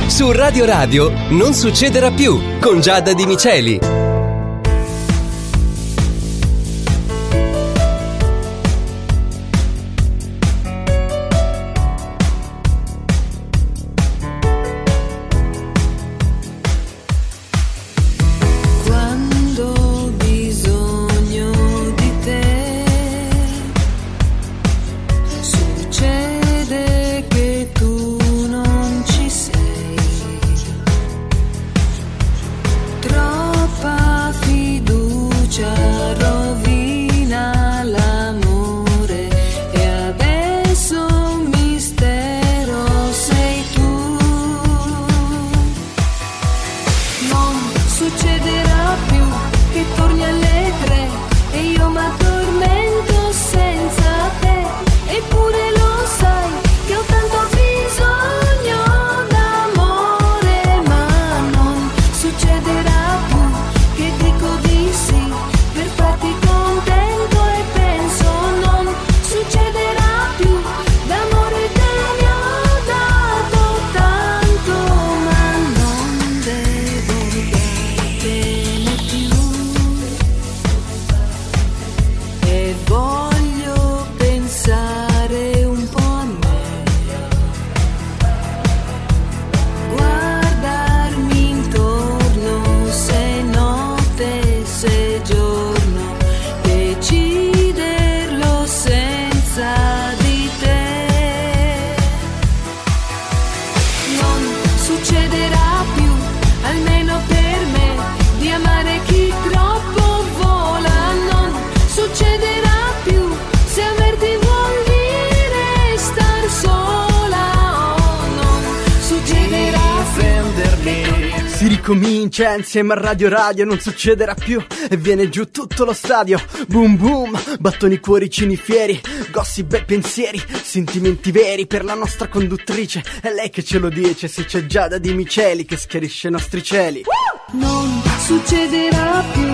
Su Radio Radio non succederà più con Giada Di Miceli. Comincia insieme a Radio Radio, non succederà più e viene giù tutto lo stadio. Boom boom, battoni cuoricini fieri, gossip e pensieri, sentimenti veri per la nostra conduttrice. È lei che ce lo dice, se c'è Giada Di Miceli che schiarisce i nostri cieli. Non succederà più.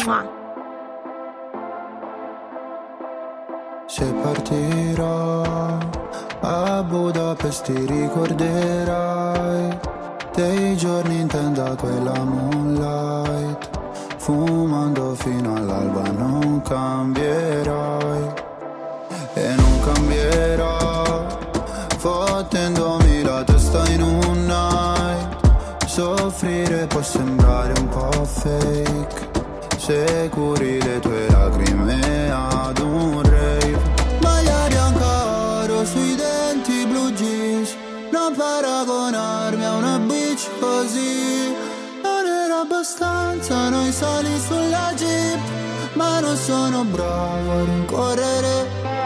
Se partirò a Budapest ti ricorderai dei giorni in tenda quella moonlight, fumando fino all'alba. Non cambierai e non cambierò, fottendomi la testa in un night. Soffrire può sembrare un po' fake se curi le tue lacrime ad un rave. Maglia bianca oro sui denti, blue jeans, non paragonarmi a una bitch così. Non era abbastanza noi soli sulla jeep, ma non sono bravo a rincorrere.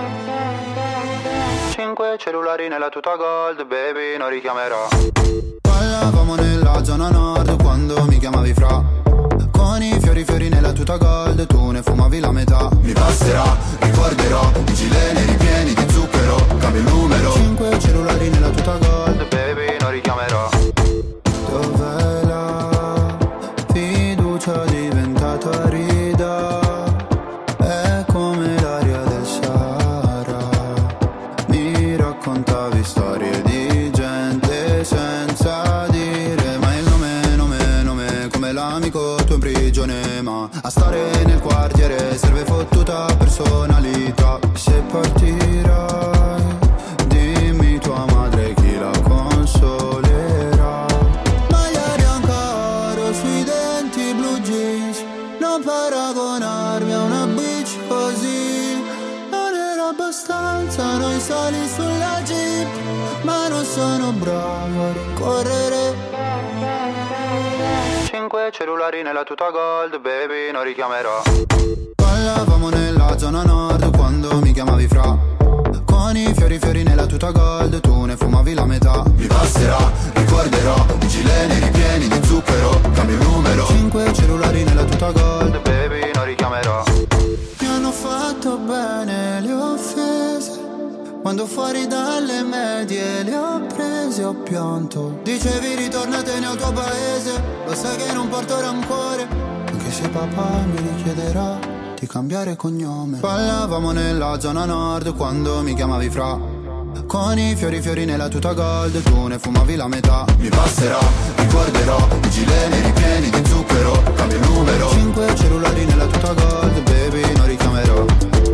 5 cellulari nella tuta gold, baby, non richiamerò. Parlavamo nella zona nord quando mi chiamavi fra. Con i fiori nella tuta gold, tu ne fumavi la metà. Mi passerà, ricorderò i gileni ripieni di zucchero, cambio il numero. 5 cellulari nella tuta gold, baby, non richiamerò. Dov'è la fiducia diventata rida? È come l'aria del Sahara. Mi raccontavi storie di gente senza dire mai il nome, come l'amico tuo in prigione. Ma a stare nel quartiere serve fottuta personalità. Se partirai, dimmi tua madre chi la consolerà. Maglia bianca oro sui denti, blue jeans, non paragonarmi a una bitch così. Non era abbastanza noi soli sulla jeep, ma non sono bravo a rincorrere. 5 cellulari nella tuta gold, baby, non richiamerò. Parlavamo nella zona nord quando mi chiamavi fra. Con i fiori nella tuta gold, tu ne fumavi la metà. Mi passerà, ricorderò i gileni ripieni di zucchero, cambio il numero. 5 cellulari nella tuta gold, baby, non richiamerò. Mi hanno fatto bene le offese, quando fuori dalle medie le ho prese, ho pianto. Dicevi ritornatene al tuo paese, lo sai che non porto rancore, anche se papà mi richiederà di cambiare cognome. Parlavamo nella zona nord quando mi chiamavi fra. Con i fiori nella tuta gold, tu ne fumavi la metà. Mi passerà, ricorderò, i gilet ripieni di zucchero. Cambio il numero, 5 cellulari nella tuta gold, baby, non richiamerò.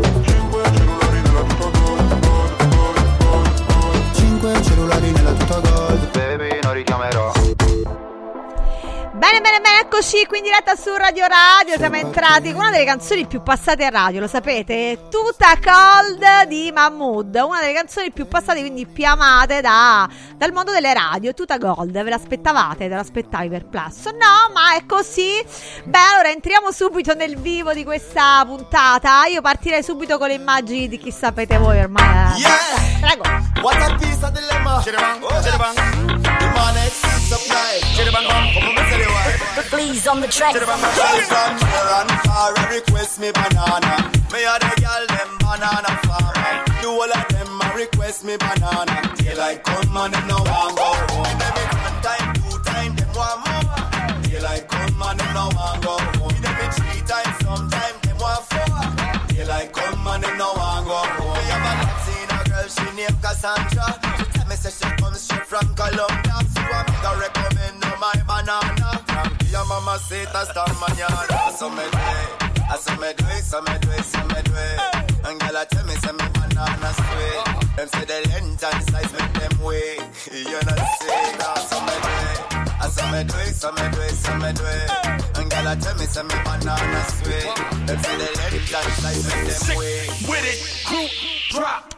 5 cellulari nella tuta gold, baby, non richiamerò. Bene, eccoci qui in diretta su Radio Radio. Siamo entrati con una delle canzoni più passate a radio, lo sapete? Tuta Cold di Mahmood, una delle canzoni più passate, quindi più amate dal mondo delle radio. Tuta Gold, ve l'aspettavate? Te l'aspettavi perplesso? No, ma è così. Beh, allora entriamo subito nel vivo di questa puntata. Io partirei subito con le immagini di chi sapete voi ormai. Prego. What a piece of dilemma. The man supply. Come on, tell you why. Please on the track. From near and far, request me banana. Me a the girl them banana farm. The whole of them a request me banana. Daylight come and them no want go home. Them one time, 2 times, them want more. Daylight come and them no want go home. Them 3 times, sometime them want 4. Daylight come and them no want go home. Me have a Latina girl, she named Cassandra. She tell me say she comes straight from Colombia. So I make her recommend no my banana. Your mama say hasta mañana. So me do it. And girl, tell me say me banana sweet. Them say the length and size make them weak. You know say that. So me do it. And girl, tell me say me banana sweet. Them say the length and size make them weak. With it, group drop.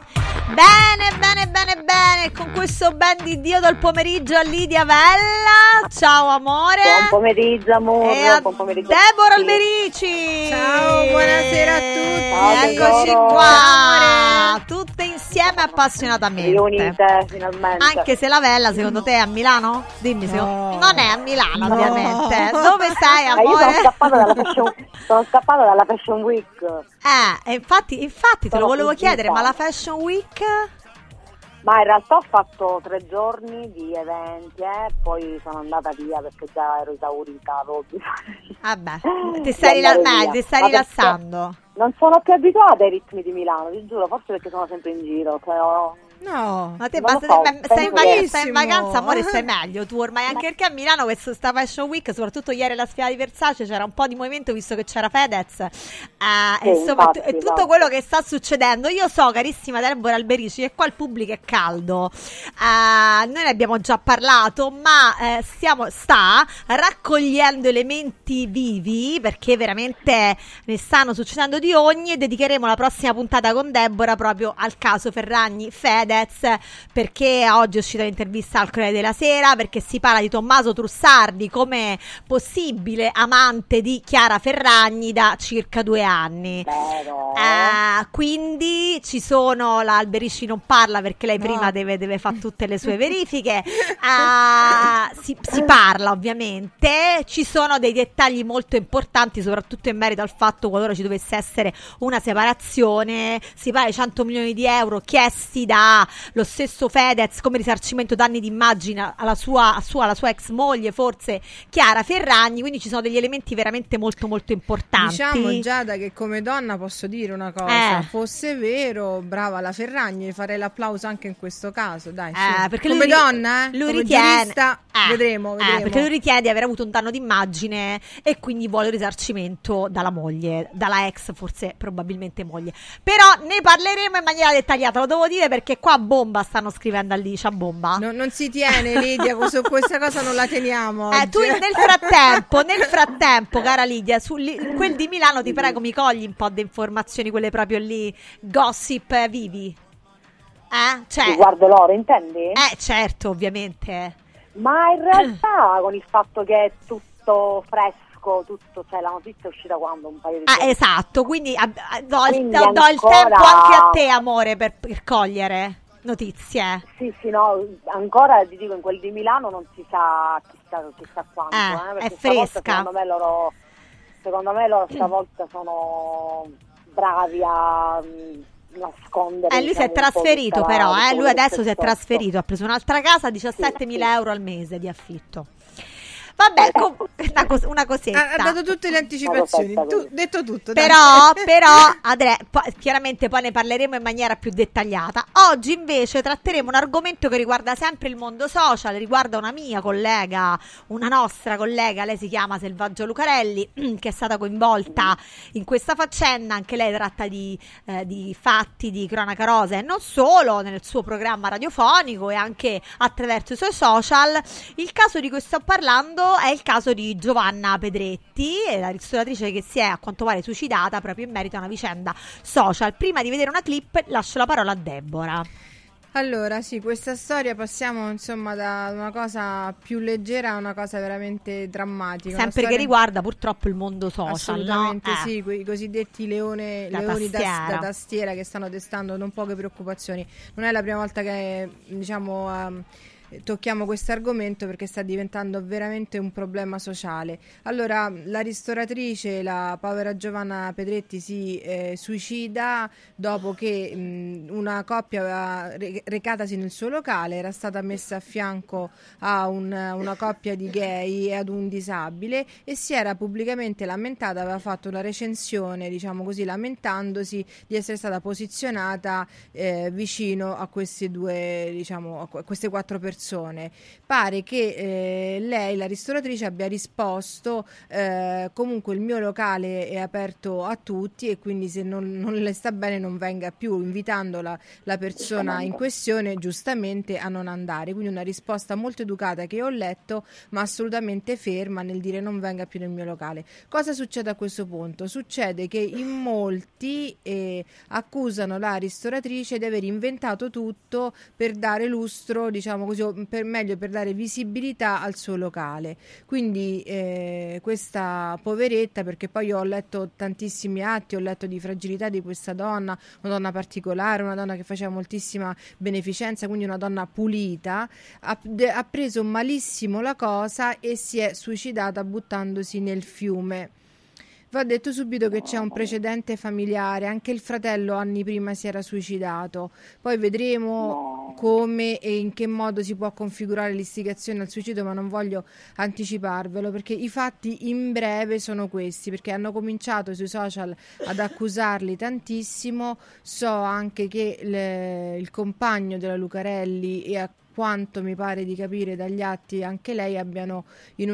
Bene, con questo ben di Dio del pomeriggio a Lidia Vella. Ciao amore. Buon pomeriggio amore. E a buon pomeriggio Deborah Alberici. Ciao, buonasera a tutti. Ciao, Eccoci tesoro. qua, tutte insieme appassionatamente. Riunite finalmente. Anche se la Vella secondo te è a Milano? Dimmi se No. non è a Milano, No. ovviamente. Dove sei Io amore? sono scappata dalla Fashion Week. E infatti te Sono lo volevo fuggita. chiedere, ma la Fashion Week? Ma in realtà ho fatto 3 giorni di eventi, poi sono andata via perché già ero esaurita. Vabbè, ti stai rilassando. Non sono più abituata ai ritmi di Milano, ti giuro, forse perché sono sempre in giro. No, Ma te Non lo basta, so, stai in benissimo. vacanza, amore, stai meglio tu ormai, anche perché a Milano questa Fashion Week, soprattutto ieri alla Sfida di Versace, c'era un po' di movimento visto che c'era Fedez, Sì, insomma, infatti, tutto esatto. quello che sta succedendo. Io so, carissima Deborah Alberici, che qua il pubblico è caldo, noi ne abbiamo già parlato, ma sta raccogliendo elementi vivi, perché veramente ne stanno succedendo di ogni, e dedicheremo la prossima puntata con Deborah proprio al caso Ferragni Fedez, perché oggi è uscita l'intervista al Corriere della Sera, perché si parla di Tommaso Trussardi come possibile amante di Chiara Ferragni da circa 2 anni. Quindi ci sono, la Alberici non parla perché lei prima deve fare tutte le sue verifiche, si parla ovviamente, ci sono dei dettagli molto importanti, soprattutto in merito al fatto qualora ci dovesse essere una separazione. Si parla di 100 milioni di euro chiesti da lo stesso Fedez come risarcimento danni d'immagine alla sua ex moglie, forse Chiara Ferragni, quindi ci sono degli elementi veramente molto molto importanti. diciamo Giada che come donna posso dire una cosa, fosse vero, brava la Ferragni, farei l'applauso anche in questo caso, dai, sì. Perché come lui donna, lui come ritiene, giurista, vedremo. perché lui ritiene di aver avuto un danno d'immagine e quindi vuole il risarcimento dalla moglie, dalla ex, forse probabilmente moglie, però ne parleremo in maniera dettagliata, lo devo dire, perché qua bomba stanno scrivendo Alicia, bomba. Non si tiene Lidia, su questa cosa non la teniamo oggi. Tu nel frattempo, cara Lidia, quel di Milano, ti prego, mi cogli un po' di informazioni, quelle proprio lì, gossip vivi. Cioè, Riguardo loro, intendi? Certo, ovviamente. Ma in realtà con il fatto che è tutto fresco, cioè la notizia è uscita quando? Un paio di giorni. Esatto, quindi do il ancora... tempo anche a te, amore, per cogliere notizie. Sì, no, ancora ti dico, in quel di Milano non si sa chissà quanto, è perché fresca. Secondo me loro stavolta sono bravi a nascondere. Lui si è trasferito però, lui adesso si è trasferito, ha preso un'altra casa, 17.000 euro al mese di affitto. Vabbè, una cosetta. Ha dato tutte le anticipazioni, detto tutto. Però chiaramente poi ne parleremo in maniera più dettagliata. Oggi invece tratteremo un argomento che riguarda sempre il mondo social, riguarda una mia collega, una nostra collega, lei si chiama Selvaggio Lucarelli, che è stata coinvolta in questa faccenda. Anche lei tratta di fatti di cronaca rosa e non solo, nel suo programma radiofonico e anche attraverso i suoi social. Il caso di cui sto parlando è il caso di Giovanna Pedretti, la ristoratrice che si è a quanto pare suicidata proprio in merito a una vicenda social. Prima di vedere una clip lascio la parola a Deborah. Allora, sì, questa storia passiamo insomma da una cosa più leggera a una cosa veramente drammatica. Sempre che riguarda purtroppo il mondo social. Assolutamente, no? Sì, i cosiddetti leoni da tastiera che stanno destando non poche preoccupazioni. Non è la prima volta che tocchiamo questo argomento, perché sta diventando veramente un problema sociale. Allora, la ristoratrice, la povera Giovanna Pedretti, si suicida dopo che una coppia aveva recatasi nel suo locale, era stata messa a fianco a una coppia di gay e ad un disabile, e si era pubblicamente lamentata, aveva fatto una recensione, diciamo così, lamentandosi di essere stata posizionata vicino a queste due, diciamo, a queste 4 persone. Pare che lei, la ristoratrice, abbia risposto comunque il mio locale è aperto a tutti e quindi se non le sta bene non venga più, invitando la persona in questione giustamente a non andare. Quindi una risposta molto educata che ho letto, ma assolutamente ferma nel dire non venga più nel mio locale. Cosa succede a questo punto? Succede che in molti accusano la ristoratrice di aver inventato tutto per dare lustro, diciamo così, per dare visibilità al suo locale. Quindi questa poveretta, perché poi io ho letto tantissimi atti, ho letto di fragilità di questa donna, una donna particolare, una donna che faceva moltissima beneficenza, quindi una donna pulita, ha preso malissimo la cosa e si è suicidata buttandosi nel fiume. Va detto subito che c'è un precedente familiare, anche il fratello anni prima si era suicidato. Poi vedremo come e in che modo si può configurare l'istigazione al suicidio, ma non voglio anticiparvelo, perché i fatti in breve sono questi, perché hanno cominciato sui social ad accusarli tantissimo. So anche che il compagno della Lucarelli e a quanto mi pare di capire dagli atti anche lei abbiano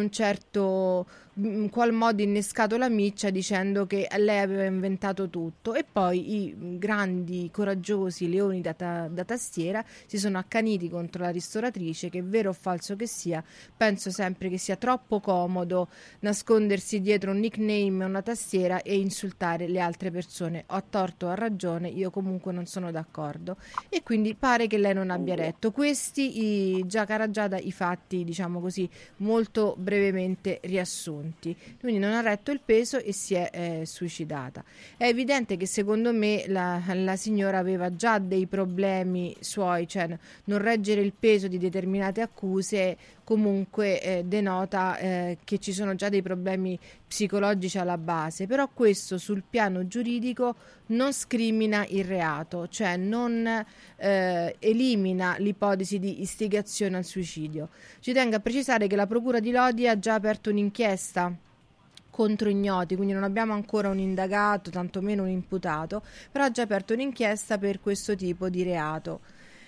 in qual modo innescato la miccia dicendo che lei aveva inventato tutto, e poi i grandi coraggiosi leoni da tastiera si sono accaniti contro la ristoratrice, che vero o falso che sia, penso sempre che sia troppo comodo nascondersi dietro un nickname e una tastiera e insultare le altre persone. Ho torto o ha ragione, io comunque non sono d'accordo, e quindi pare che lei non abbia retto. Questi già Caraggiada i fatti, diciamo così, molto brevemente riassunti. Quindi non ha retto il peso e si è suicidata. È evidente che secondo me la signora aveva già dei problemi suoi, cioè non reggere il peso di determinate accuse comunque denota che ci sono già dei problemi psicologici alla base, però questo sul piano giuridico non scrimina il reato, cioè non elimina l'ipotesi di istigazione al suicidio. Ci tengo a precisare che la Procura di Lodi ha già aperto un'inchiesta contro ignoti, quindi non abbiamo ancora un indagato, tantomeno un imputato, però ha già aperto un'inchiesta per questo tipo di reato.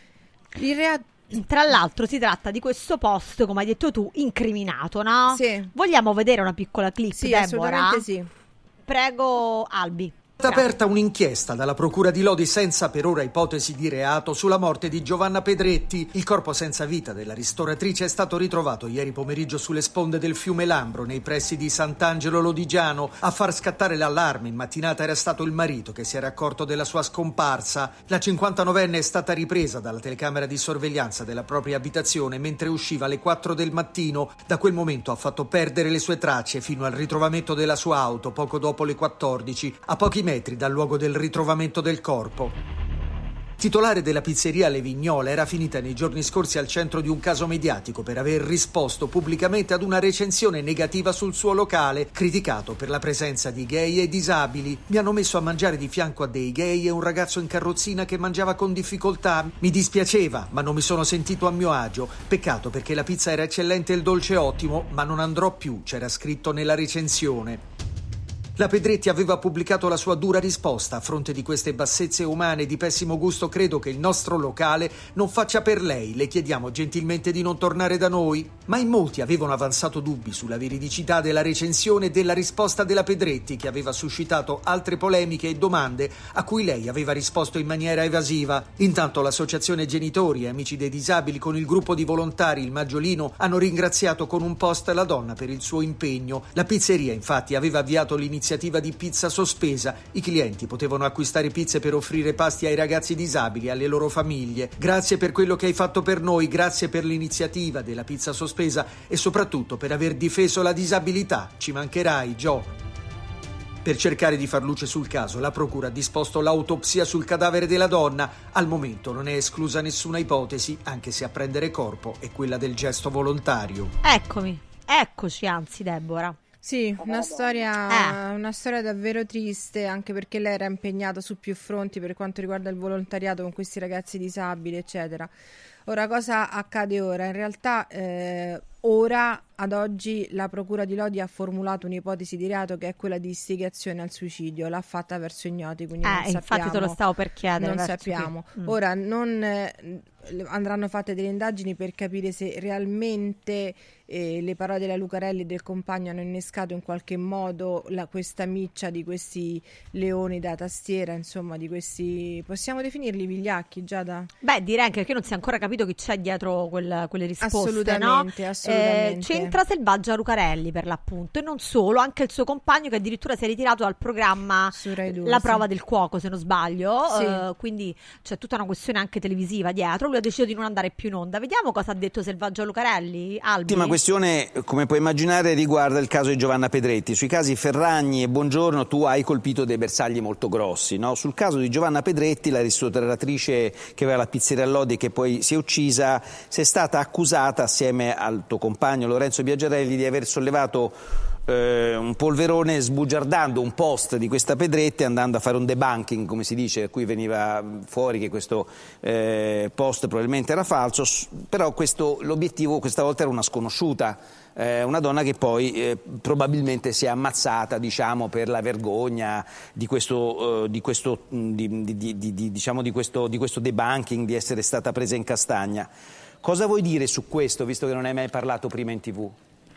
Tra l'altro si tratta di questo post, come hai detto tu, incriminato, no? Sì. Vogliamo vedere una piccola clip, Sì, Deborah? assolutamente sì. Prego, Albi. È aperta un'inchiesta dalla Procura di Lodi senza per ora ipotesi di reato sulla morte di Giovanna Pedretti. Il corpo senza vita della ristoratrice è stato ritrovato ieri pomeriggio sulle sponde del fiume Lambro, nei pressi di Sant'Angelo Lodigiano. A far scattare l'allarme in mattinata era stato il marito, che si era accorto della sua scomparsa. La 59enne è stata ripresa dalla telecamera di sorveglianza della propria abitazione mentre usciva alle 4 del mattino. Da quel momento ha fatto perdere le sue tracce fino al ritrovamento della sua auto poco dopo le 14, a pochi metri dal luogo del ritrovamento del corpo. titolare della pizzeria Le Vignola, era finita nei giorni scorsi al centro di un caso mediatico per aver risposto pubblicamente ad una recensione negativa sul suo locale, criticato per la presenza di gay e disabili. Mi hanno messo a mangiare di fianco a dei gay e un ragazzo in carrozzina che mangiava con difficoltà. Mi dispiaceva, ma non mi sono sentito a mio agio. Peccato, perché la pizza era eccellente e il dolce ottimo, ma non andrò più, c'era scritto nella recensione. La Pedretti aveva pubblicato la sua dura risposta. A fronte di queste bassezze umane di pessimo gusto, credo che il nostro locale non faccia per lei. Le chiediamo gentilmente di non tornare da noi. Ma in molti avevano avanzato dubbi sulla veridicità della recensione e della risposta della Pedretti, che aveva suscitato altre polemiche e domande a cui lei aveva risposto in maniera evasiva. Intanto l'associazione Genitori e Amici dei Disabili con il gruppo di volontari Il Maggiolino hanno ringraziato con un post la donna per il suo impegno. La pizzeria infatti aveva avviato l'iniziativa di pizza sospesa. I clienti potevano acquistare pizze per offrire pasti ai ragazzi disabili e alle loro famiglie. Grazie per quello che hai fatto per noi, grazie per l'iniziativa della pizza sospesa e soprattutto per aver difeso la disabilità. Ci mancherai, Gio. Per cercare di far luce sul caso, la procura ha disposto l'autopsia sul cadavere della donna. Al momento non è esclusa nessuna ipotesi, anche se a prendere corpo è quella del gesto volontario. Eccoci anzi, Deborah. Sì, una storia davvero triste, anche perché lei era impegnata su più fronti per quanto riguarda il volontariato con questi ragazzi disabili, eccetera. Ora, cosa accade ora? In realtà ora, ad oggi, la Procura di Lodi ha formulato un'ipotesi di reato che è quella di istigazione al suicidio. L'ha fatta verso ignoti, quindi non sappiamo. Infatti te lo stavo per chiedere. Non sappiamo. Ora, andranno fatte delle indagini per capire se realmente le parole della Lucarelli e del compagno hanno innescato in qualche modo questa miccia di questi leoni da tastiera, insomma, di questi, possiamo definirli vigliacchi, Giada? Beh, direi anche perché non si è ancora capito chi c'è dietro quelle risposte. Assolutamente, no? assolutamente. C'entra Selvaggia Lucarelli per l'appunto, e non solo, anche il suo compagno che addirittura si è ritirato dal programma Su Rai 2, La prova del cuoco, se non sbaglio. Sì. Quindi c'è tutta una questione anche televisiva dietro. Lui ha deciso di non andare più in onda. Vediamo cosa ha detto Selvaggia Lucarelli. Albi? L'ultima questione, come puoi immaginare, riguarda il caso di Giovanna Pedretti. Sui casi Ferragni e Buongiorno tu hai colpito dei bersagli molto grossi, no? Sul caso di Giovanna Pedretti, la ristoratrice che aveva la pizzeria a Lodi e che poi si è uccisa, sei stata accusata assieme al tuo compagno Lorenzo Biagiarelli di aver sollevato un polverone sbugiardando un post di questa Pedretti, andando a fare un debunking, come si dice, a cui veniva fuori che questo post probabilmente era falso, però l'obiettivo questa volta era una sconosciuta, una donna che poi probabilmente si è ammazzata, diciamo, per la vergogna di questo debunking, di essere stata presa in castagna. Cosa vuoi dire su questo, visto che non hai mai parlato prima in TV?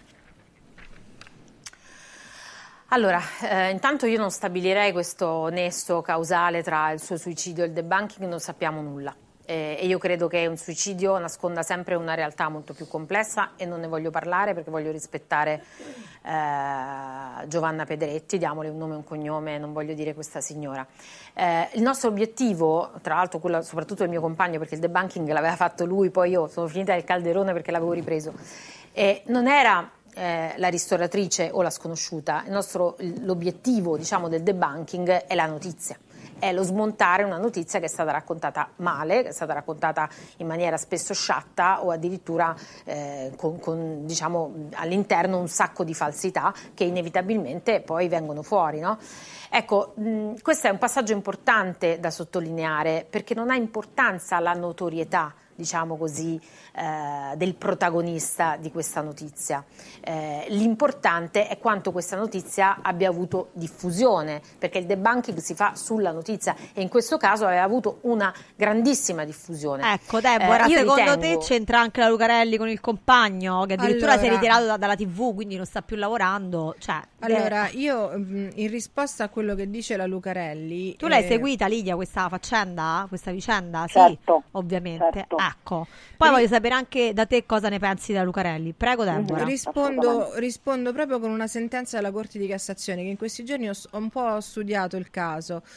Allora, intanto io non stabilirei questo nesso causale tra il suo suicidio e il debunking, non sappiamo nulla. E io credo che un suicidio nasconda sempre una realtà molto più complessa e non ne voglio parlare perché voglio rispettare Giovanna Pedretti, diamole un nome e un cognome, non voglio dire questa signora. Il nostro obiettivo, tra l'altro quello soprattutto del mio compagno, perché il debunking l'aveva fatto lui, poi io sono finita nel calderone perché l'avevo ripreso, non era la ristoratrice o la sconosciuta. L'obiettivo, diciamo, del debunking è la notizia, è lo smontare una notizia che è stata raccontata male, che è stata raccontata in maniera spesso sciatta o addirittura con diciamo all'interno un sacco di falsità che inevitabilmente poi vengono fuori, no? Ecco, questo è un passaggio importante da sottolineare, perché non ha importanza la notorietà, diciamo così, del protagonista di questa notizia. L'importante è quanto questa notizia abbia avuto diffusione, perché il debunking si fa sulla notizia e in questo caso aveva avuto una grandissima diffusione. Ecco, Deborah, secondo te c'entra anche la Lucarelli con il compagno, che addirittura si è ritirato dalla TV, quindi non sta più lavorando? Allora, io in risposta a quello che dice la Lucarelli... Tu l'hai seguita, Lidia, questa vicenda? Certo, sì, ovviamente. Certo. Ecco. Poi voglio sapere anche da te cosa ne pensi della Lucarelli. Prego, Deborah. Rispondo proprio con una sentenza della Corte di Cassazione, che in questi giorni ho un po' studiato il caso.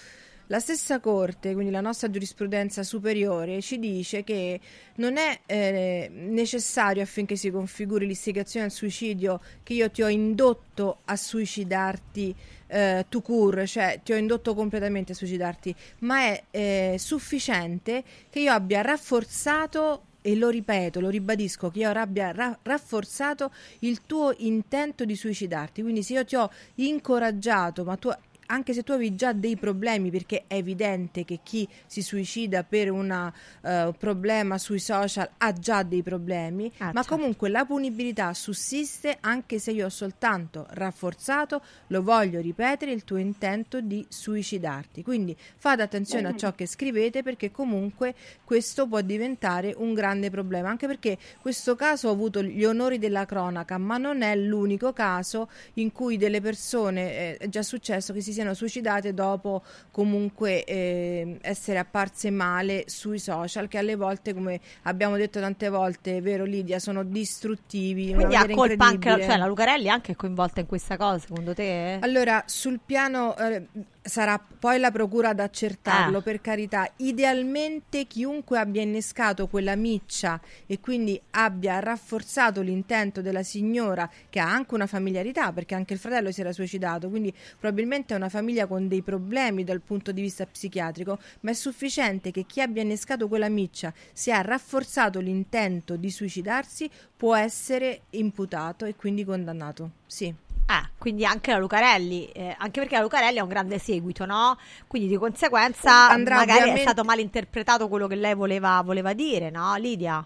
La stessa Corte, quindi la nostra giurisprudenza superiore, ci dice che non è necessario affinché si configuri l'istigazione al suicidio che io ti ho indotto a suicidarti tout court, cioè ti ho indotto completamente a suicidarti, ma è sufficiente che io abbia rafforzato, e lo ripeto, lo ribadisco, che io abbia rafforzato il tuo intento di suicidarti. Quindi se io ti ho incoraggiato, ma tu, anche se tu avevi già dei problemi, perché è evidente che chi si suicida per un problema sui social ha già dei problemi, ma certo, comunque la punibilità sussiste anche se io ho soltanto rafforzato, lo voglio ripetere, il tuo intento di suicidarti. Quindi fate attenzione a ciò che scrivete, perché comunque questo può diventare un grande problema, anche perché questo caso ha avuto gli onori della cronaca, ma non è l'unico caso in cui delle persone, è già successo che si siano suicidate dopo comunque essere apparse male sui social, che alle volte, come abbiamo detto tante volte, vero Lidia, sono distruttivi. Quindi ha colpa anche, cioè la Lucarelli anche è coinvolta in questa cosa, secondo te? Allora, sul piano sarà poi la procura ad accertarlo, per carità. Idealmente chiunque abbia innescato quella miccia e quindi abbia rafforzato l'intento della signora, che ha anche una familiarità, perché anche il fratello si era suicidato, quindi probabilmente è una famiglia con dei problemi dal punto di vista psichiatrico, ma è sufficiente che chi abbia innescato quella miccia, se ha rafforzato l'intento di suicidarsi, può essere imputato e quindi condannato. Sì. Quindi anche la Lucarelli, anche perché la Lucarelli ha un grande seguito, no? Quindi di conseguenza magari è stato mal interpretato quello che lei voleva dire, no, Lidia?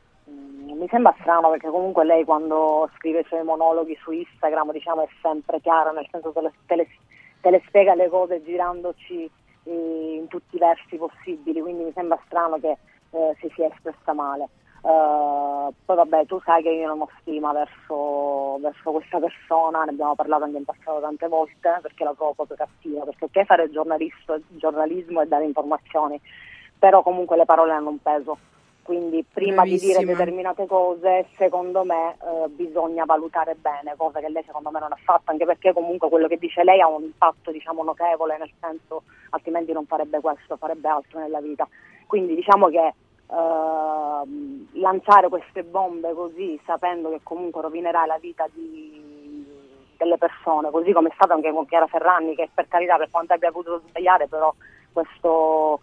Mi sembra strano, perché comunque lei, quando scrive i suoi monologhi su Instagram, diciamo, è sempre chiara, nel senso che te le spiega le cose girandoci in tutti i versi possibili, quindi mi sembra strano che si sia espressa male. Poi vabbè, tu sai che io non ho stima verso questa persona, ne abbiamo parlato anche in passato tante volte, perché la trovo proprio cattiva, perché ok, fare giornalismo e dare informazioni, però comunque le parole hanno un peso, quindi prima di dire determinate cose, secondo me bisogna valutare bene, cosa che lei secondo me non ha fatto, anche perché comunque quello che dice lei ha un impatto, diciamo, notevole, nel senso, altrimenti non farebbe questo, farebbe altro nella vita. Quindi diciamo che lanciare queste bombe così, sapendo che comunque rovinerai la vita delle persone, così come è stato anche con Chiara Ferragni, che per carità, per quanto abbia potuto sbagliare, però questo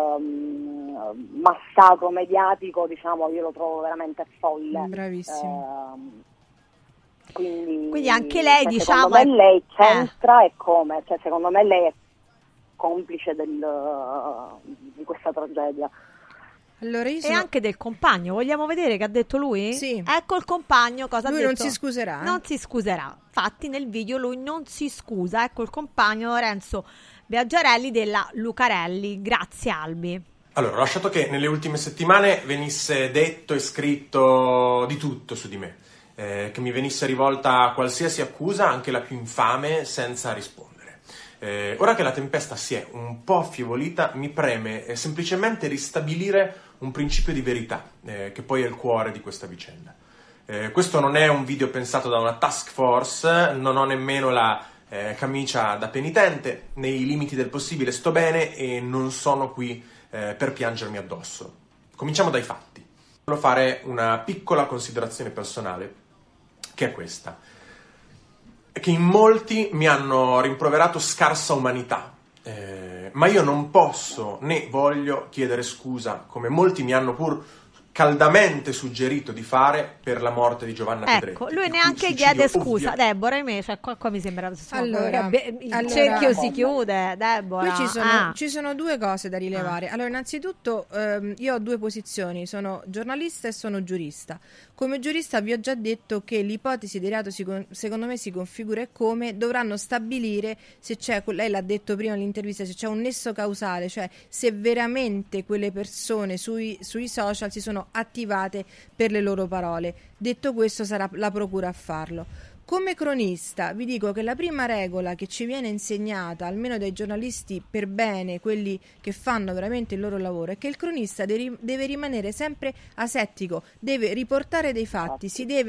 massacro mediatico, diciamo, io lo trovo veramente folle. Bravissimo. Quindi anche lei, diciamo, secondo me lei c'entra e come, cioè secondo me lei è complice di questa tragedia. Allora e anche del compagno, vogliamo vedere che ha detto lui? Sì. Ecco il compagno, cosa lui ha detto? Non si scuserà. Non si scuserà. Infatti nel video lui non si scusa. Ecco il compagno Lorenzo Biaggiarelli della Lucarelli. Grazie Albi. Allora, ho lasciato che nelle ultime settimane venisse detto e scritto di tutto su di me, che mi venisse rivolta qualsiasi accusa, anche la più infame, senza rispondere. Ora che la tempesta si è un po' affievolita, mi preme semplicemente ristabilire un principio di verità, che poi è il cuore di questa vicenda. Questo non è un video pensato da una task force, non ho nemmeno la camicia da penitente, nei limiti del possibile sto bene e non sono qui per piangermi addosso. Cominciamo dai fatti. Voglio fare una piccola considerazione personale, che è questa. Che in molti mi hanno rimproverato scarsa umanità, ma io non posso né voglio chiedere scusa, come molti mi hanno pur caldamente suggerito di fare per la morte di Giovanna Pedretti. Ecco, lui neanche chiede scusa. Deborah, e me, cioè, qua mi sembra il cerchio si chiude, Deborah. Qui ci sono due cose da rilevare. Allora, innanzitutto io ho due posizioni, sono giornalista e sono giurista. Come giurista vi ho già detto che l'ipotesi di reato secondo me si configura come dovranno stabilire se c'è, lei l'ha detto prima nell'intervista, se c'è un nesso causale, cioè se veramente quelle persone sui social si sono siano attivate per le loro parole. Detto questo, sarà la procura a farlo. Come cronista vi dico che la prima regola che ci viene insegnata, almeno dai giornalisti per bene, quelli che fanno veramente il loro lavoro, è che il cronista deve rimanere sempre asettico, deve riportare dei fatti,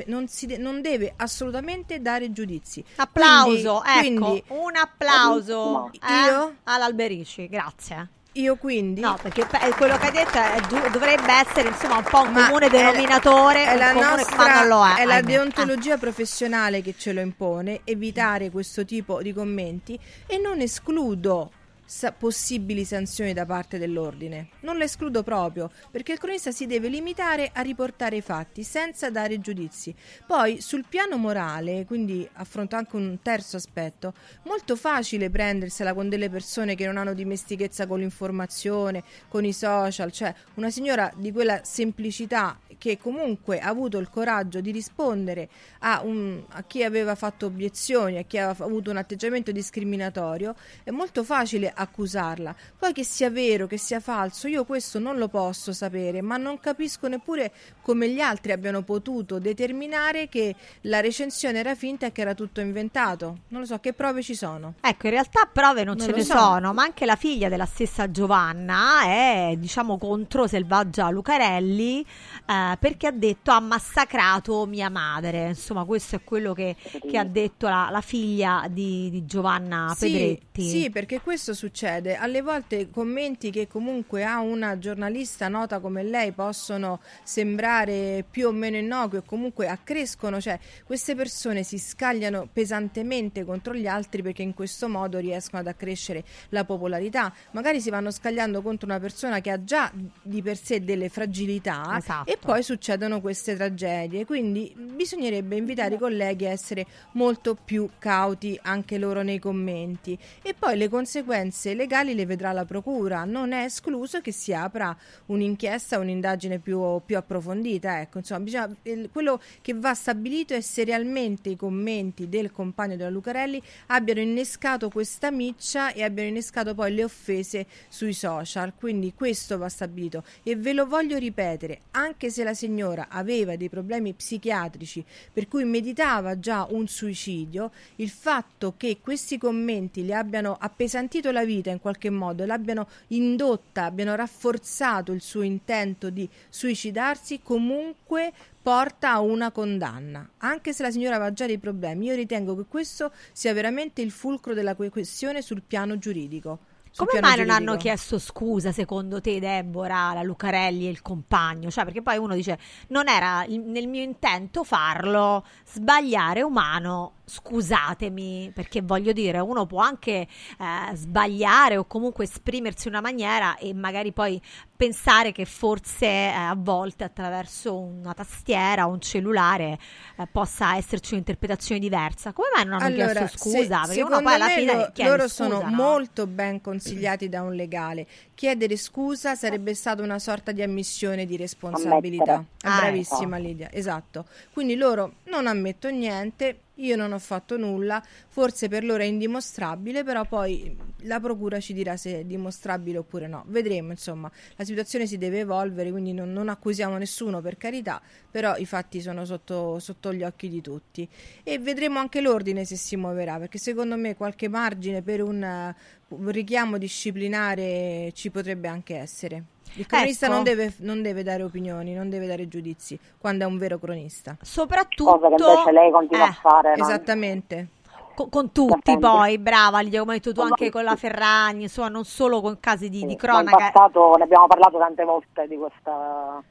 non deve assolutamente dare giudizi. Applauso, quindi, un applauso io all'Alberici, grazie. Io quindi no, perché quello che hai detto dovrebbe essere insomma un po' un comune denominatore, è la nostra, ma non lo è la deontologia professionale che ce lo impone, evitare questo tipo di commenti, e non escludo possibili sanzioni da parte dell'ordine, non lo escludo proprio, perché il cronista si deve limitare a riportare i fatti senza dare giudizi. Poi sul piano morale, quindi affronto anche un terzo aspetto, molto facile prendersela con delle persone che non hanno dimestichezza con l'informazione, con i social, cioè una signora di quella semplicità che comunque ha avuto il coraggio di rispondere a chi aveva fatto obiezioni, a chi aveva avuto un atteggiamento discriminatorio, è molto facile accusarla. Poi che sia vero, che sia falso, io questo non lo posso sapere, ma non capisco neppure come gli altri abbiano potuto determinare che la recensione era finta e che era tutto inventato. Non lo so, che prove ci sono? Ecco, in realtà prove non ce ne sono, ma anche la figlia della stessa Giovanna è, diciamo, contro Selvaggia Lucarelli, perché ha detto ha massacrato mia madre. Insomma, questo è quello che ha detto la figlia di Giovanna Pedretti. Sì, perché questo succede. Alle volte commenti che comunque a una giornalista nota come lei possono sembrare più o meno innocui o comunque accrescono, cioè queste persone si scagliano pesantemente contro gli altri perché in questo modo riescono ad accrescere la popolarità. Magari si vanno scagliando contro una persona che ha già di per sé delle fragilità, esatto. E poi succedono queste tragedie, quindi bisognerebbe invitare i colleghi a essere molto più cauti anche loro nei commenti, e poi le conseguenze legali le vedrà la procura. Non è escluso che si apra un'inchiesta, un'indagine più approfondita, ecco, insomma, quello che va stabilito è se realmente i commenti del compagno della Lucarelli abbiano innescato questa miccia e abbiano innescato poi le offese sui social, quindi questo va stabilito. E ve lo voglio ripetere, anche se la signora aveva dei problemi psichiatrici per cui meditava già un suicidio, il fatto che questi commenti le abbiano appesantito la vita in qualche modo, l'abbiano indotta, abbiano rafforzato il suo intento di suicidarsi, comunque porta a una condanna. Anche se la signora aveva già dei problemi, io ritengo che questo sia veramente il fulcro della questione sul piano giuridico. Come mai non hanno chiesto scusa, secondo te, Deborah, la Lucarelli e il compagno? Cioè, perché poi uno dice, non era nel mio intento farlo, sbagliare umano, scusatemi, perché voglio dire, uno può anche sbagliare o comunque esprimersi in una maniera e magari poi pensare che forse a volte attraverso una tastiera o un cellulare possa esserci un'interpretazione diversa. Come mai non hanno chiesto scusa? Perché uno poi alla fine chiede loro scusa, sono no? molto ben consigliati da un legale. Chiedere scusa sarebbe stata una sorta di ammissione di responsabilità. Bravissima Lidia, esatto. Quindi loro non ammetto niente, io non ho fatto nulla, forse per loro è indimostrabile, però poi la procura ci dirà se è dimostrabile oppure no. Vedremo, insomma, la situazione si deve evolvere, quindi non accusiamo nessuno, per carità, però i fatti sono sotto gli occhi di tutti e vedremo anche l'ordine se si muoverà, perché secondo me qualche margine per un richiamo disciplinare ci potrebbe anche essere. Il cronista non deve dare opinioni, non deve dare giudizi quando è un vero cronista. Soprattutto cosa che invece lei continua a fare, no? Esattamente. Con tutti poi, brava, come hai detto tu, anche con la Ferragni, insomma, non solo con casi di cronaca. In passato ne abbiamo parlato tante volte di questa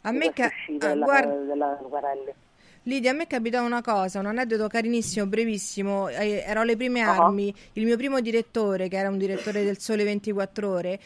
uscita della Lucarelli. Lidia, a me è capitata una cosa, un aneddoto carinissimo, brevissimo, ero alle prime armi, il mio primo direttore, che era un direttore del Sole 24 Ore,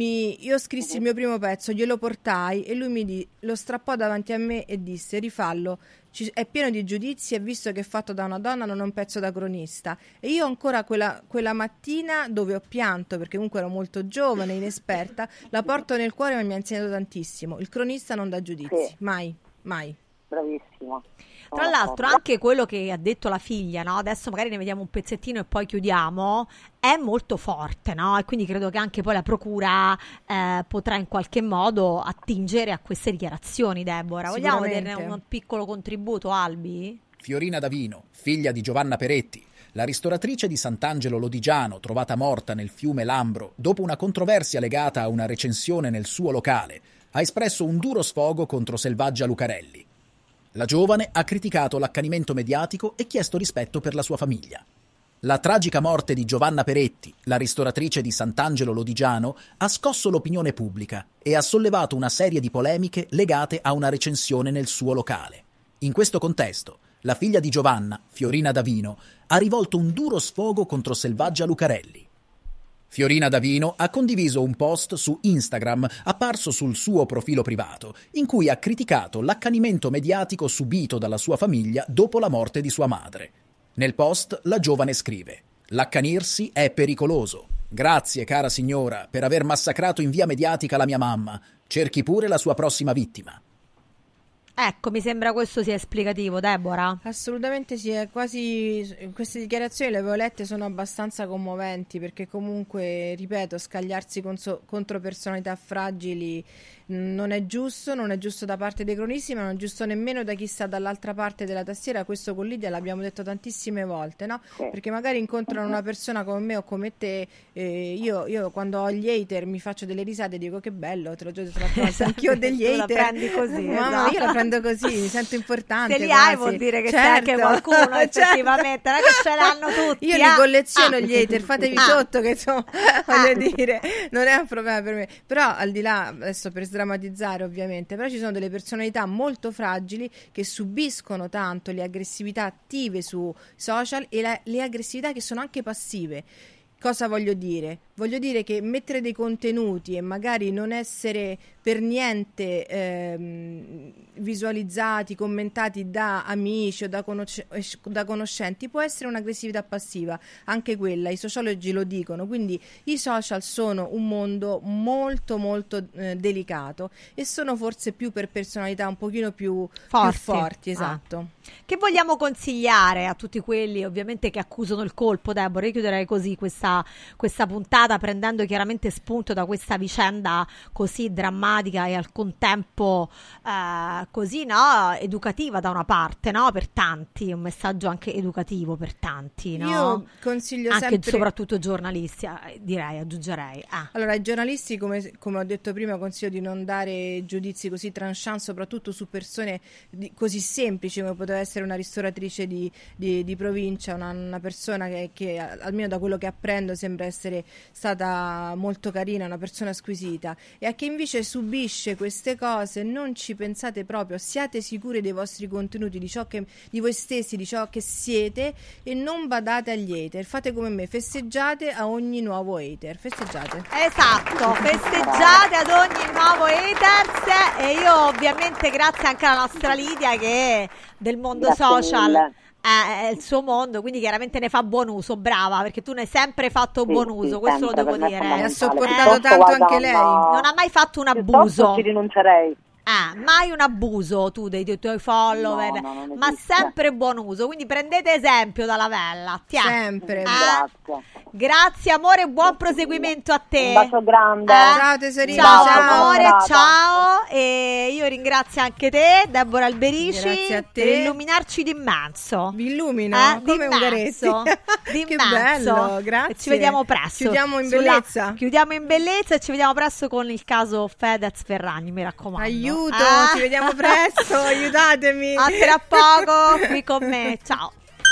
io scrissi il mio primo pezzo, glielo portai e lui lo strappò davanti a me e disse: rifallo, è pieno di giudizi e visto che è fatto da una donna non è un pezzo da cronista. E io ancora quella mattina, dove ho pianto perché comunque ero molto giovane, inesperta, la porto nel cuore, ma mi ha insegnato tantissimo. Il cronista non dà giudizi, mai. Bravissimo. Tra l'altro anche quello che ha detto la figlia, no? Adesso magari ne vediamo un pezzettino e poi chiudiamo, è molto forte, no? E quindi credo che anche poi la procura potrà in qualche modo attingere a queste dichiarazioni, Deborah. Vogliamo vederne un piccolo contributo, Albi? Fiorina Davino, figlia di Giovanna Peretti, la ristoratrice di Sant'Angelo Lodigiano, trovata morta nel fiume Lambro dopo una controversia legata a una recensione nel suo locale, ha espresso un duro sfogo contro Selvaggia Lucarelli. La giovane ha criticato l'accanimento mediatico e chiesto rispetto per la sua famiglia. La tragica morte di Giovanna Peretti, la ristoratrice di Sant'Angelo Lodigiano, ha scosso l'opinione pubblica e ha sollevato una serie di polemiche legate a una recensione nel suo locale. In questo contesto, la figlia di Giovanna, Fiorina Davino, ha rivolto un duro sfogo contro Selvaggia Lucarelli. Fiorina Davino ha condiviso un post su Instagram apparso sul suo profilo privato, in cui ha criticato l'accanimento mediatico subito dalla sua famiglia dopo la morte di sua madre. Nel post la giovane scrive: «L'accanirsi è pericoloso. Grazie, cara signora, per aver massacrato in via mediatica la mia mamma. Cerchi pure la sua prossima vittima». Ecco, mi sembra questo sia esplicativo, Deborah. Assolutamente sì, è quasi queste dichiarazioni le avevo lette, sono abbastanza commoventi, perché comunque, ripeto, scagliarsi contro personalità fragili non è giusto da parte dei cronisti, ma non è giusto nemmeno da chi sta dall'altra parte della tastiera. Questo con Lidia l'abbiamo detto tantissime volte, no? Perché magari incontrano una persona come me o come te, io quando ho gli hater mi faccio delle risate e dico che bello, te l'ho già detto l'altra volta, anch'io ho degli hater. La prendi così, mamma, io la prendo così, mi sento importante. Se li quasi. hai vuol dire che c'è anche qualcuno effettivamente, non è che ce l'hanno tutti. Io li colleziono gli hater, fatevi sotto, che insomma, voglio dire, non è un problema per me. Però al di là, adesso per sdrammatizzare ovviamente, però ci sono delle personalità molto fragili che subiscono tanto le aggressività attive su social e le aggressività che sono anche passive. Cosa voglio dire? Voglio dire che mettere dei contenuti e magari non essere per niente visualizzati, commentati da amici o da conoscenti può essere un'aggressività passiva, anche quella, i sociologi lo dicono. Quindi i social sono un mondo molto molto delicato e sono forse più per personalità un pochino più forti, esatto. Che vogliamo consigliare a tutti quelli ovviamente che accusano il colpo, Deborah? Io chiuderei così questa puntata, prendendo chiaramente spunto da questa vicenda così drammatica e al contempo così, no, educativa da una parte, no, per tanti, un messaggio anche educativo per tanti, no? Io consiglio anche sempre, soprattutto giornalisti, aggiungerei. Allora, ai giornalisti, come ho detto prima, consiglio di non dare giudizi così tranchant, soprattutto su persone così semplici come poteva essere una ristoratrice di provincia, una persona che almeno da quello che apprendo sembra essere stata molto carina, una persona squisita. E a chi invece subisce queste cose, non ci pensate proprio, siate sicuri dei vostri contenuti, di voi stessi, di ciò che siete, e non badate agli hater. Fate come me, festeggiate a ogni nuovo hater, festeggiate. Esatto, festeggiate ad ogni nuovo haters. E io ovviamente, grazie anche alla nostra Lidia, che è del mondo social, è il suo mondo, quindi chiaramente ne fa buon uso. Brava, perché tu ne hai sempre fatto buon uso, questo lo devo dire. Ha sopportato tanto anche lei. Non ha mai fatto un abuso. Ci rinuncerei. Mai un abuso tu dei tuoi follower, ma sempre buon uso, quindi prendete esempio dalla Vella. Sempre. Grazie amore, buon proseguimento a te. Un bacio grande. Ciao tesorina. Ciao amore, ciao. E io ringrazio anche te, Deborah Alberici. Grazie a te per illuminarci d'immenso. Vi illumino come Ungaretti. Che bello, grazie. E ci vediamo presto. Chiudiamo in bellezza. Chiudiamo in bellezza e ci vediamo presto con il caso Fedez Ferragni, mi raccomando. Aiuto, ci vediamo presto, aiutatemi. A tra poco qui con me, ciao.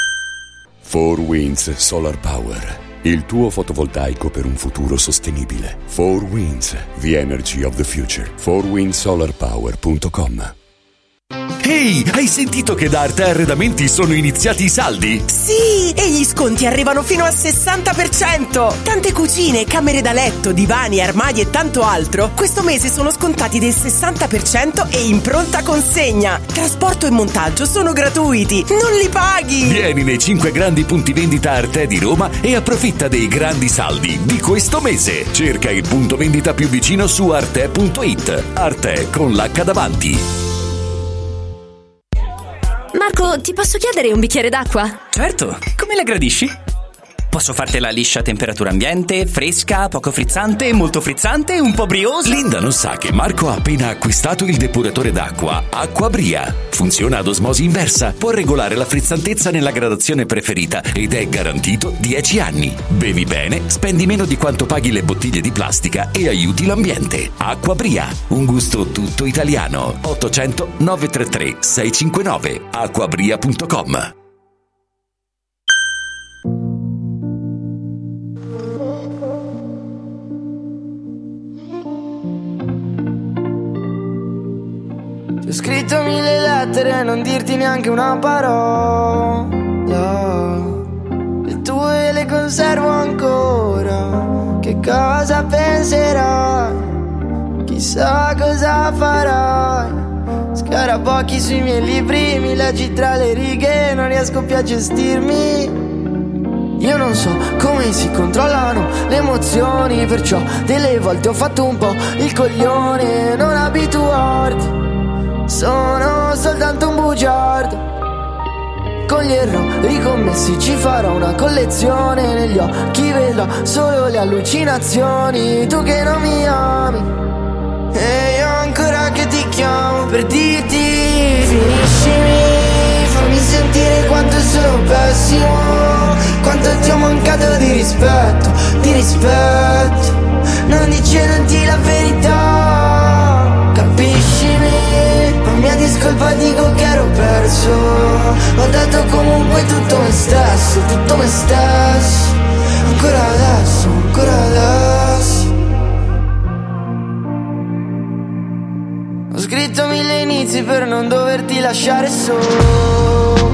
4Winds Solar Power, il tuo fotovoltaico per un futuro sostenibile. 4Winds, the energy of the future. 4windsolarpower.com. Ehi, hai sentito che da Arte Arredamenti sono iniziati i saldi? Sì, e gli sconti arrivano fino al 60%. Tante cucine, camere da letto, divani, armadi e tanto altro questo mese sono scontati del 60% e in pronta consegna. Trasporto e montaggio sono gratuiti, non li paghi. Vieni nei 5 grandi punti vendita Arte di Roma e approfitta dei grandi saldi di questo mese. Cerca il punto vendita più vicino su arte.it. Arte con l'H davanti. Marco, Ciao, ti posso chiedere un bicchiere d'acqua? Certo, come la gradisci? Posso fartela liscia a temperatura ambiente, fresca, poco frizzante, molto frizzante, un po' briosa? Linda non sa che Marco ha appena acquistato il depuratore d'acqua Acquabria. Funziona ad osmosi inversa, può regolare la frizzantezza nella gradazione preferita ed è garantito 10 anni. Bevi bene, spendi meno di quanto paghi le bottiglie di plastica e aiuti l'ambiente. Acquabria, un gusto tutto italiano. 800 933 659 acquabria.com. Ho scritto 1000 lettere e non dirti neanche una parola. Le tue le conservo ancora. Che cosa penserai? Chissà cosa farai. Scarabocchi sui miei libri, mi leggi tra le righe, non riesco più a gestirmi. Io non so come si controllano le emozioni, perciò delle volte ho fatto un po' il coglione. Non abituarti, sono soltanto un bugiardo. Con gli errori commessi ci farò una collezione. Negli occhi vedrò solo le allucinazioni. Tu che non mi ami e io ancora che ti chiamo per dirti finiscimi, fammi sentire quanto sono pessimo, quanto ti ho mancato di rispetto, di rispetto. Non dicendoti la verità, capiscimi, non mia discolpa dico che ero perso. Ho dato comunque tutto me stesso, tutto me stesso. Ancora adesso, ancora adesso. Ho scritto 1000 inizi per non doverti lasciare solo.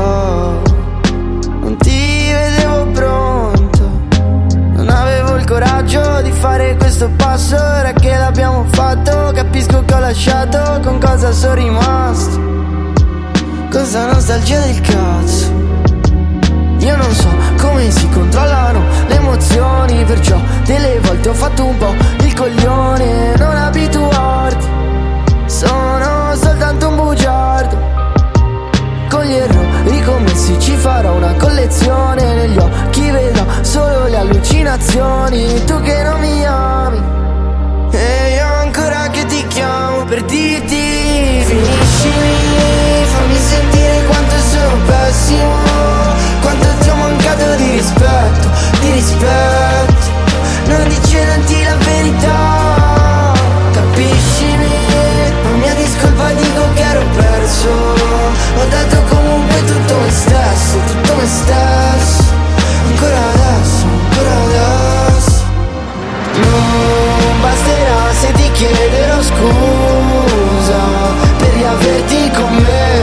Non ti vedevo pronto, non avevo il coraggio di fare questo passo. Ora che l'abbiamo fatto capisco che ho lasciato. Con cosa sono rimasto? Con sta nostalgia del cazzo. Io non so come si controllano le emozioni, perciò delle volte ho fatto un po' il coglione. Non abituarti, sono soltanto un bugiardo. Con gli errori commessi ci farò una collezione. Negli occhi vedrò solo le allucinazioni. Tu che non mi ami e io ancora che ti chiamo per dirti finiscimi, fammi sentire quanto sono pessimo, quanto ti ho mancato di rispetto, di rispetto. Non dicendoti la verità, capiscimi, non mia discolpa dico che ero perso. Ho dato comunque tutto me stesso, tutto me stesso. Ancora adesso, ancora adesso. Non basterà se ti chiederò scusa per riaverti con me.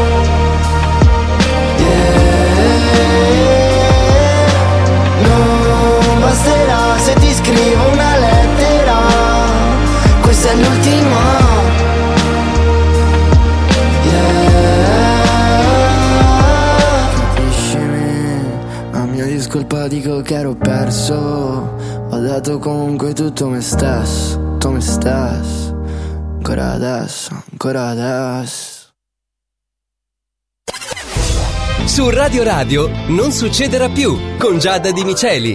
Non basterà se ti scrivo una lettera. Questa è l'ultima. Discolpa dico che ero perso. Ho dato comunque tutto me stesso, tutto me stesso. Ancora adesso, ancora adesso. Su Radio Radio non succederà più con Giada Di Miceli.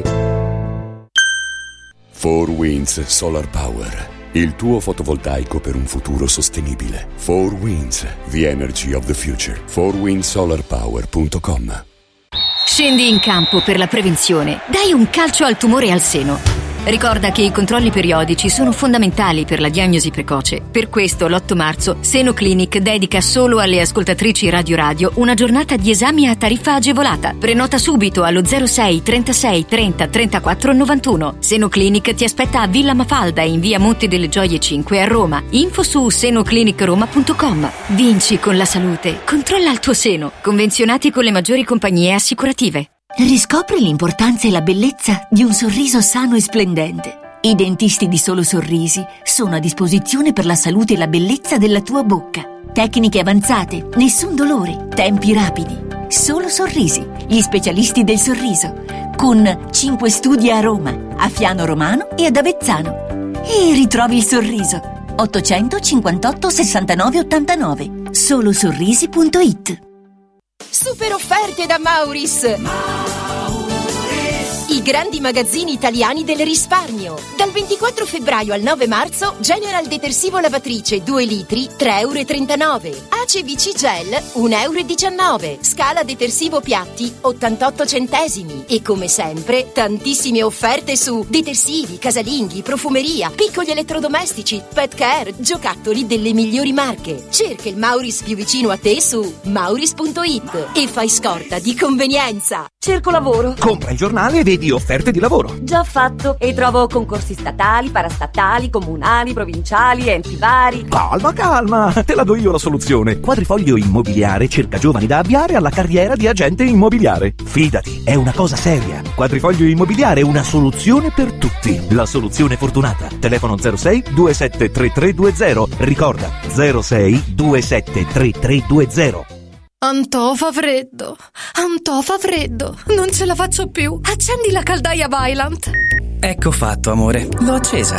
4Winds Solar Power, il tuo fotovoltaico per un futuro sostenibile. 4Winds, the energy of the future. 4windsolarpower.com. Scendi in campo per la prevenzione. Dai un calcio al tumore al seno. Ricorda che i controlli periodici sono fondamentali per la diagnosi precoce. Per questo l'8 marzo Seno Clinic dedica solo alle ascoltatrici Radio Radio una giornata di esami a tariffa agevolata. Prenota subito allo 06 36 30 34 91. Seno Clinic ti aspetta a Villa Mafalda in via Monte delle Gioie 5 a Roma. Info su senoclinicroma.com. Vinci con la salute. Controlla il tuo seno. Convenzionati con le maggiori compagnie assicurative. Riscopri l'importanza e la bellezza di un sorriso sano e splendente. I dentisti di Solo Sorrisi sono a disposizione per la salute e la bellezza della tua bocca. Tecniche avanzate, nessun dolore, tempi rapidi. Solo Sorrisi, gli specialisti del sorriso. Con 5 studi a Roma, a Fiano Romano e ad Avezzano. E ritrovi il sorriso. 858 69 89. Solosorrisi.it. Super offerte da Mauris! I grandi magazzini italiani del risparmio. Dal 24 febbraio al 9 marzo, General detersivo lavatrice 2 litri, 3,39 €. ACBC Gel, 1,19 €. Scala detersivo piatti, 88 centesimi. E come sempre, tantissime offerte su detersivi, casalinghi, profumeria, piccoli elettrodomestici, pet care, giocattoli delle migliori marche. Cerca il Mauris più vicino a te su mauris.it e fai scorta di convenienza. Cerco lavoro. Compra il giornale e vedi offerte di lavoro. Già fatto. E trovo concorsi statali, parastatali, comunali, provinciali, enti vari. Calma, te la do io la soluzione. Quadrifoglio Immobiliare cerca giovani da avviare alla carriera di agente immobiliare. Fidati, è una cosa seria. Quadrifoglio Immobiliare è una soluzione per tutti. La soluzione fortunata. Telefono 06 273320. Ricorda, 06 273320. Antò fa freddo, non ce la faccio più. Accendi la caldaia Vaillant. Ecco fatto, amore, l'ho accesa.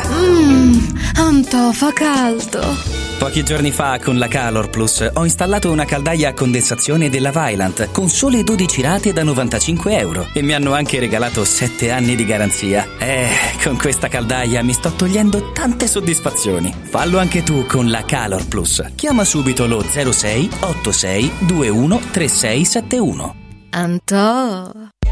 Antò fa caldo. Pochi giorni fa con la Calor Plus ho installato una caldaia a condensazione della Vaillant con sole 12 rate da 95 € e mi hanno anche regalato 7 anni di garanzia. Con questa caldaia mi sto togliendo tante soddisfazioni. Fallo anche tu con la Calor Plus. Chiama subito lo 06 86 21 3671. Antò.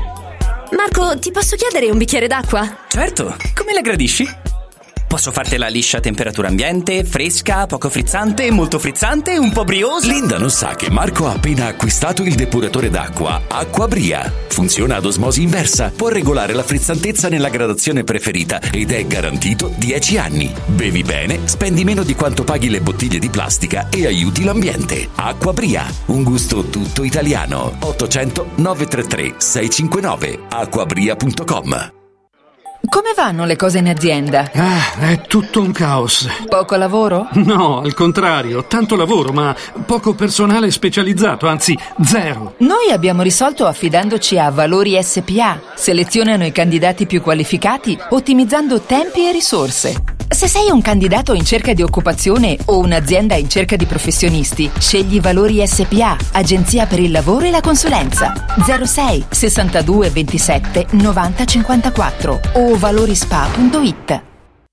Marco, ti posso chiedere un bicchiere d'acqua? Certo, come la gradisci? Posso fartela liscia a temperatura ambiente, fresca, poco frizzante, molto frizzante, un po' briosa? Linda non sa che Marco ha appena acquistato il depuratore d'acqua Acquabria. Funziona ad osmosi inversa, può regolare la frizzantezza nella gradazione preferita ed è garantito 10 anni. Bevi bene, spendi meno di quanto paghi le bottiglie di plastica e aiuti l'ambiente. Acquabria, un gusto tutto italiano. 800 933 659 acquabria.com. Come vanno le cose in azienda? È tutto un caos. Poco lavoro? No, al contrario, tanto lavoro, ma poco personale specializzato, anzi zero. Noi abbiamo risolto affidandoci a Valori SPA. Selezionano i candidati più qualificati, ottimizzando tempi e risorse. Se sei un candidato in cerca di occupazione o un'azienda in cerca di professionisti, scegli Valori SPA, agenzia per il lavoro e la consulenza. 06 62 27 90 54 o valorispa.it.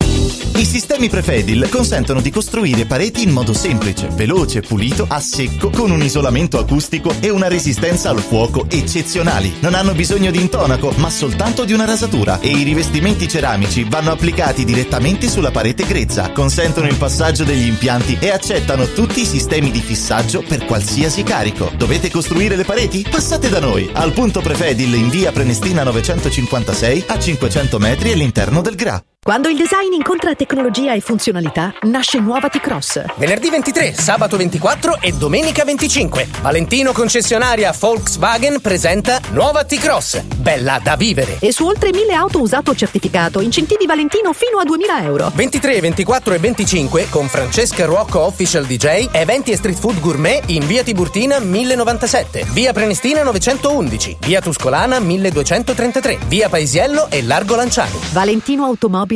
I sistemi Prefedil consentono di costruire pareti in modo semplice, veloce, pulito, a secco, con un isolamento acustico e una resistenza al fuoco eccezionali. Non hanno bisogno di intonaco, ma soltanto di una rasatura, e i rivestimenti ceramici vanno applicati direttamente sulla parete grezza, consentono il passaggio degli impianti e accettano tutti i sistemi di fissaggio per qualsiasi carico. Dovete costruire le pareti? Passate da noi, al punto Prefedil in via Prenestina 956 a 500 metri all'interno del GRA. Quando il design incontra tecnologia e funzionalità, nasce nuova T-Cross. Venerdì 23, sabato 24 e domenica 25. Valentino concessionaria Volkswagen presenta nuova T-Cross. Bella da vivere. E su oltre 1000 auto usato certificato, incentivi Valentino fino a 2000 euro. 23, 24 e 25 con Francesca Ruocco Official DJ, eventi e street food gourmet in via Tiburtina 1097, via Prenestina 911, via Tuscolana 1233, via Paesiello e Largo Lanciani. ValentinoAutomobili.it.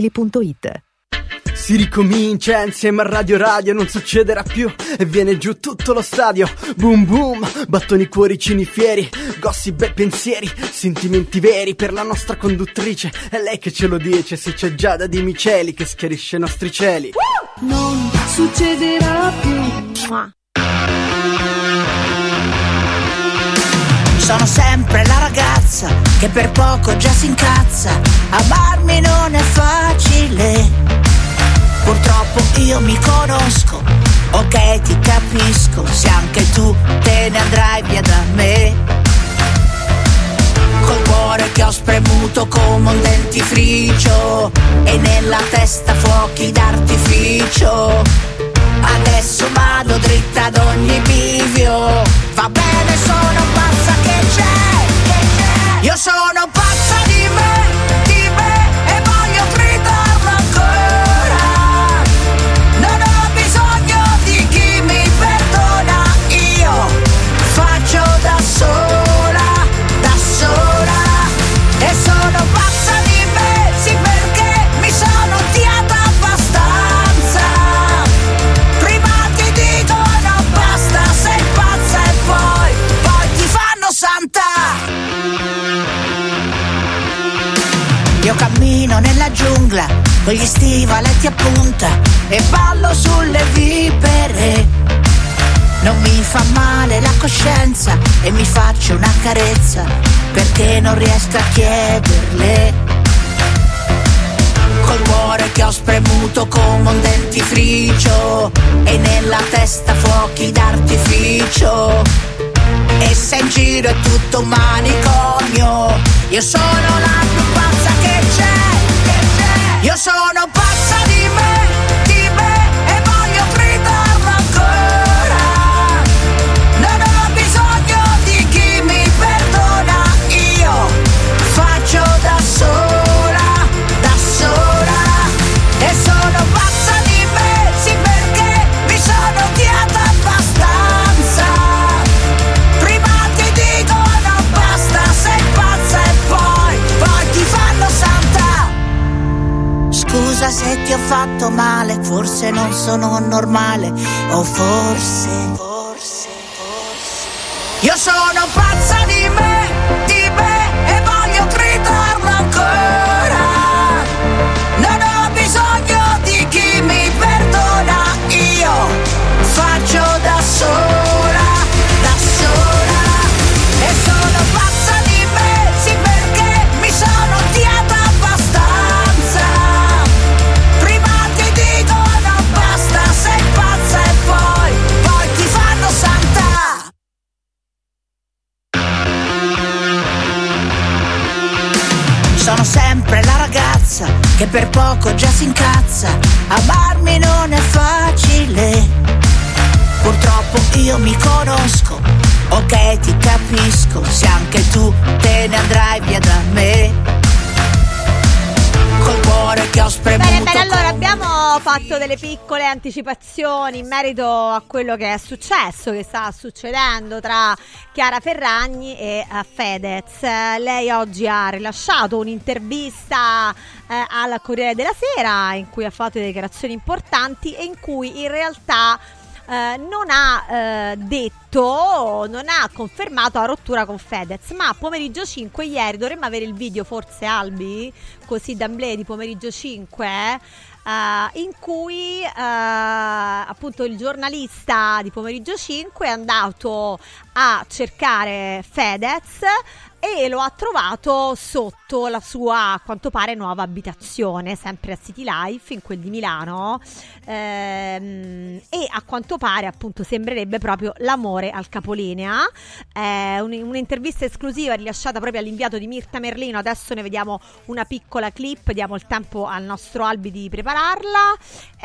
Si ricomincia insieme a Radio Radio, non succederà più e viene giù tutto lo stadio. Boom boom, battoni cuoricini fieri, gossip e pensieri, sentimenti veri per la nostra conduttrice. È lei che ce lo dice, se c'è Giada Di Miceli che schiarisce i nostri cieli. Non succederà più. Sono sempre la ragazza che per poco già si incazza. Amarmi non è facile. Purtroppo io mi conosco, ok ti capisco, se anche tu te ne andrai via da me. Col cuore che ho spremuto come un dentifricio e nella testa fuochi d'artificio. Adesso vado dritta ad ogni bivio. Va bene, sono pazza che c'è. Io sono pazza di me e voglio gridarlo ancora. Non ho bisogno di chi mi perdona. Io faccio da sola e sono pazza di me, sì, perché mi sono odiata abbastanza. Prima ti dicono basta, sei pazza e poi ti fai cammino nella giungla con gli stivaletti a punta e ballo sulle vipere. Non mi fa male la coscienza e mi faccio una carezza perché non riesco a chiederle. Col cuore che ho spremuto come un dentifricio e nella testa fuochi d'artificio. E se in giro è tutto un manicomio, io sono la più pazza che c'è. Io sono pazza di me e voglio gridarlo ancora. Non ho bisogno di chi mi perdona, io faccio da sola, da sola. E sono pazza di me, sì, perché mi sono odiata abbastanza. Prima ti dicono basta, sei pazza e poi ti fanno santa. Scusa se ti ho fatto male, forse non sono normale, o forse. Io sono pazza di me e voglio gridarlo ancora. Non ho bisogno di chi mi perdona, io faccio da sola, da sola. E sono pazza di me, sì, perché mi sono odiata abbastanza. Prima ti dicono basta, sei pazza e poi ti fanno santa. Sono sempre la ragazza che per poco già si incazza. Amarmi non è facile. Purtroppo io mi conosco, ok, ti capisco. Se anche tu te ne andrai via da me. Col cuore che ho spremuto. Bene, allora abbiamo fatto delle piccole anticipazioni in merito a quello che è successo, che sta succedendo tra Chiara Ferragni e Fedez. Lei oggi ha rilasciato un'intervista al Corriere della Sera in cui ha fatto delle dichiarazioni importanti e in cui in realtà non ha detto, non ha confermato la rottura con Fedez, ma a Pomeriggio 5 ieri, dovremmo avere il video forse, Albi, così d'amblè di Pomeriggio 5, in cui appunto il giornalista di Pomeriggio 5 è andato a cercare Fedez e lo ha trovato sotto la sua, a quanto pare, nuova abitazione, sempre a City Life, in quel di Milano, e a quanto pare appunto sembrerebbe proprio l'amore al capolinea. Un'intervista esclusiva rilasciata proprio all'inviato di Mirta Merlino. Adesso ne vediamo una piccola clip, diamo il tempo al nostro Albi di prepararla.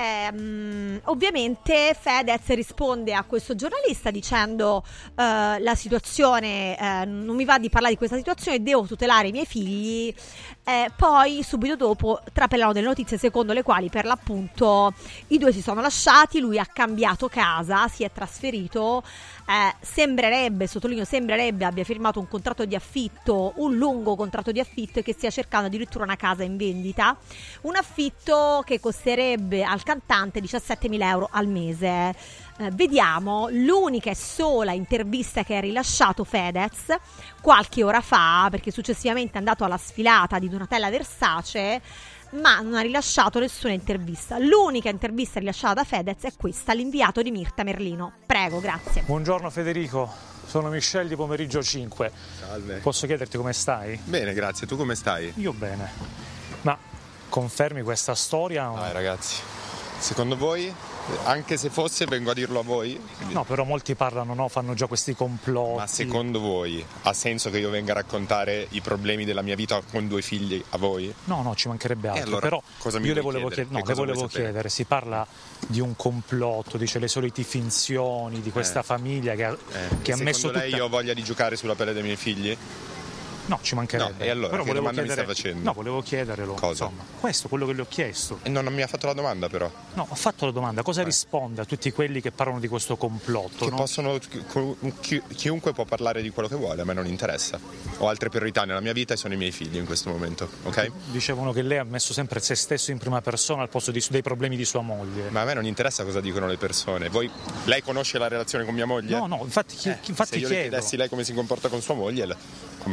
Ovviamente Fedez risponde a questo giornalista dicendo la situazione, non mi va di parlare di questa situazione, devo tutelare i miei figli. Poi subito dopo trapelano delle notizie secondo le quali per l'appunto i due si sono lasciati, lui ha cambiato casa, si è trasferito, sembrerebbe, sottolineo sembrerebbe, abbia firmato un contratto di affitto, un lungo contratto di affitto, e che stia cercando addirittura una casa in vendita, un affitto che costerebbe al cantante 17.000 euro al mese. Vediamo l'unica e sola intervista che ha rilasciato Fedez qualche ora fa, perché successivamente è andato alla sfilata di Donatella Versace, ma non ha rilasciato nessuna intervista. L'unica intervista rilasciata da Fedez è questa, all'inviato di Mirta Merlino. Prego, grazie. Buongiorno Federico, sono Michelle di Pomeriggio 5. Salve. Posso chiederti come stai? Bene, grazie. Tu come stai? Io bene. Ma confermi questa storia? Dai ragazzi, secondo voi, anche se fosse, vengo a dirlo a voi? No, però molti parlano, no? Fanno già questi complotti. Ma secondo voi ha senso che io venga a raccontare i problemi della mia vita con 2 figli a voi? No, ci mancherebbe altro. Allora, però cosa mi io le volevo chiedere, si parla di un complotto, dice le solite finzioni di questa famiglia che ha messo secondo lei io ho voglia di giocare sulla pelle dei miei figli? No, ci mancherebbe. No, e allora, però che domanda mi sta facendo? No, volevo chiederlo. Cosa? Insomma, questo, quello che le ho chiesto. E non mi ha fatto la domanda però. No, ho fatto la domanda. Cosa risponde a tutti quelli che parlano di questo complotto? Che possono, chiunque può parlare di quello che vuole, a me non interessa. Ho altre priorità nella mia vita e sono i miei figli in questo momento, ok? Dicevano che lei ha messo sempre se stesso in prima persona al posto dei problemi di sua moglie. Ma a me non interessa cosa dicono le persone. Lei conosce la relazione con mia moglie? No, infatti se io le chiedessi lei come si comporta con sua moglie, come lo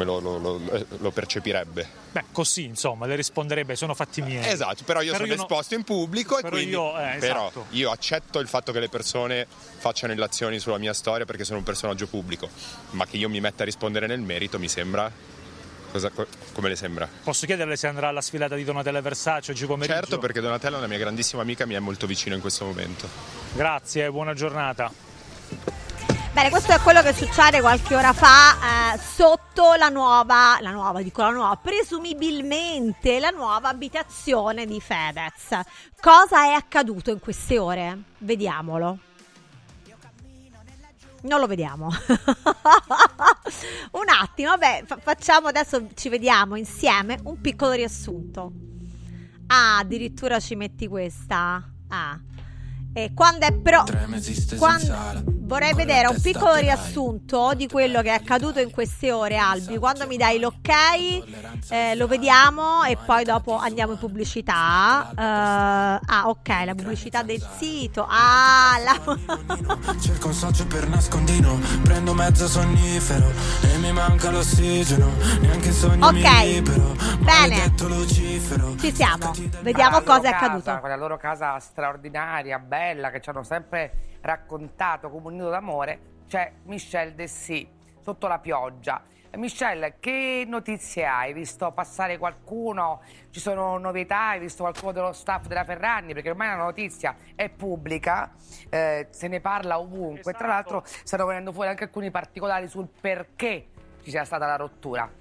lo percepirebbe. Beh, così insomma le risponderebbe: sono fatti miei. Esatto, però io sono esposto in pubblico, e quindi esatto. io accetto il fatto che le persone facciano illazioni sulla mia storia perché sono un personaggio pubblico, ma che io mi metta a rispondere nel merito mi sembra... Come le sembra? Posso chiederle se andrà alla sfilata di Donatella Versace oggi pomeriggio? Certo, perché Donatella è una mia grandissima amica, mi è molto vicino in questo momento. Grazie, buona giornata. Bene, questo è quello che succede qualche ora fa sotto presumibilmente la nuova abitazione di Fedez. Cosa è accaduto in queste ore? Vediamolo. Non lo vediamo. Un attimo, vabbè, facciamo adesso, ci vediamo insieme un piccolo riassunto. Addirittura ci metti questa. E quando è vorrei vedere un piccolo riassunto di quello che è accaduto in queste ore, Albi. Quando mi dai l'ok, lo vediamo e poi dopo andiamo in pubblicità. Ok, la pubblicità del sito. Cerco un socio per nascondino, prendo mezzo sonnifero e mi manca l'ossigeno, neanche il sogno mi libero. Bene, ci siamo. Vediamo cosa è accaduto. Quella loro casa straordinaria, bella, che ci hanno sempre raccontato come un nido d'amore, c'è Michelle Dessì sotto la pioggia. Michelle, che notizie hai? Hai visto passare qualcuno? Ci sono novità? Hai visto qualcuno dello staff della Ferragni? Perché ormai la notizia è pubblica, se ne parla ovunque. Esatto. Tra l'altro stanno venendo fuori anche alcuni particolari sul perché ci sia stata la rottura.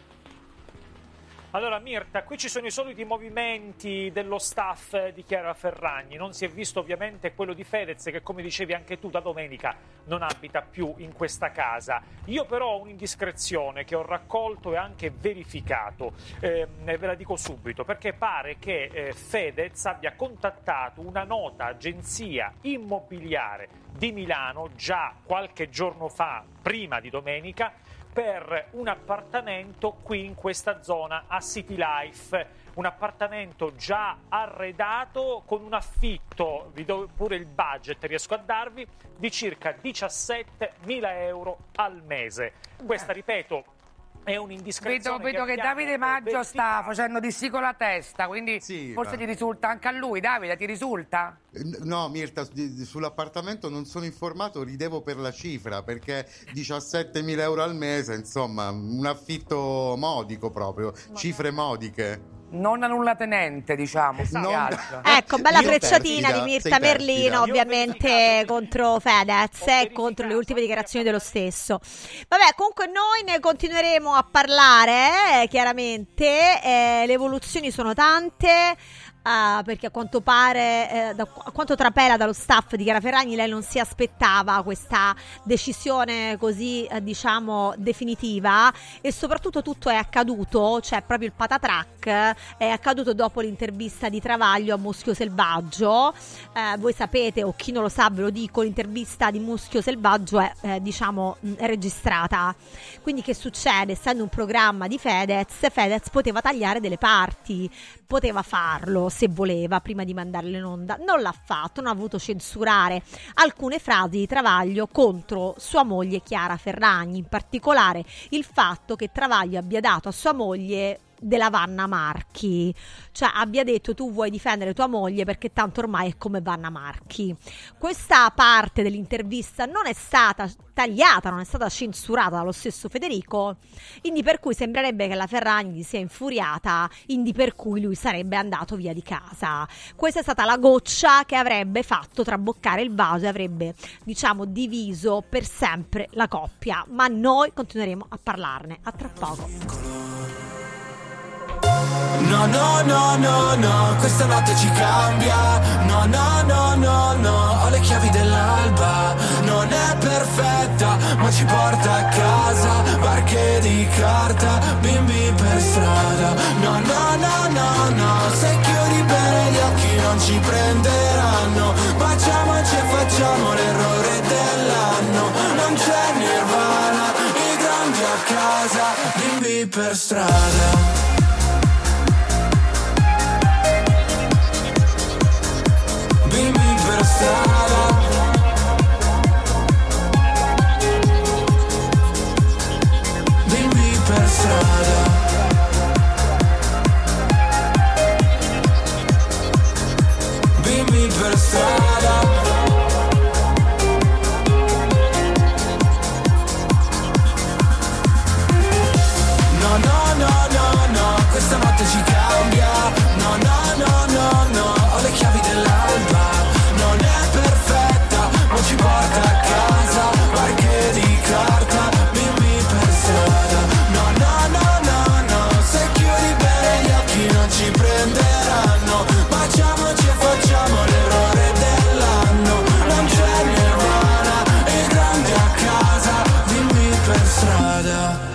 Allora Mirta, qui ci sono i soliti movimenti dello staff di Chiara Ferragni, non si è visto ovviamente quello di Fedez che, come dicevi anche tu, da domenica non abita più in questa casa. Io però ho un'indiscrezione che ho raccolto e anche verificato, ve la dico subito, perché pare che Fedez abbia contattato una nota agenzia immobiliare di Milano già qualche giorno fa, prima di domenica, per un appartamento qui in questa zona a City Life, un appartamento già arredato con un affitto, vi do pure il budget, riesco a darvi, di circa 17.000 euro al mese. Questa, ripeto, è un'indiscrezione. Vedo che Davide Maggio sta facendo di sì con la testa, quindi sì, forse ti risulta anche a lui. Davide, ti risulta? No, Mirta, sull'appartamento non sono informato, ridevo per la cifra, perché 17.000 euro al mese, insomma, un affitto modico proprio, cifre modiche. Non a nulla tenente, diciamo. Ecco, bella frecciatina di Mirta Merlino, ovviamente contro Fedez e contro le ultime dichiarazioni dello stesso. Vabbè, comunque noi ne continueremo a parlare, chiaramente. Le evoluzioni sono tante. Perché a quanto pare, a quanto trapela dallo staff di Chiara Ferragni, lei non si aspettava questa decisione così diciamo definitiva, e soprattutto tutto è accaduto, cioè proprio il patatrac è accaduto dopo l'intervista di Travaglio a Muschio Selvaggio. Voi sapete, o chi non lo sa ve lo dico, l'intervista di Muschio Selvaggio è diciamo registrata, quindi che succede? Essendo un programma di Fedez poteva tagliare delle parti, poteva farlo se voleva prima di mandarle in onda, non l'ha fatto, non ha voluto censurare alcune frasi di Travaglio contro sua moglie Chiara Ferragni, in particolare il fatto che Travaglio abbia dato a sua moglie della Vanna Marchi, cioè abbia detto: tu vuoi difendere tua moglie perché tanto ormai è come Vanna Marchi. Questa parte dell'intervista non è stata tagliata, non è stata censurata dallo stesso Federico, quindi per cui sembrerebbe che la Ferragni sia infuriata, quindi per cui lui sarebbe andato via di casa. Questa è stata la goccia che avrebbe fatto traboccare il vaso e avrebbe diciamo diviso per sempre la coppia, ma noi continueremo a parlarne a tra poco. No, no, no, no, no, questa notte ci cambia. No, no, no, no, no, ho le chiavi dell'alba. Non è perfetta, ma ci porta a casa. Barche di carta, bimbi per strada. No, no, no, no, no, se chiudi bene gli occhi non ci prenderanno. Baciamoci e facciamo l'errore dell'anno. Non c'è Nirvana, i grandi a casa, bimbi per strada. Bimbi per strada. strada.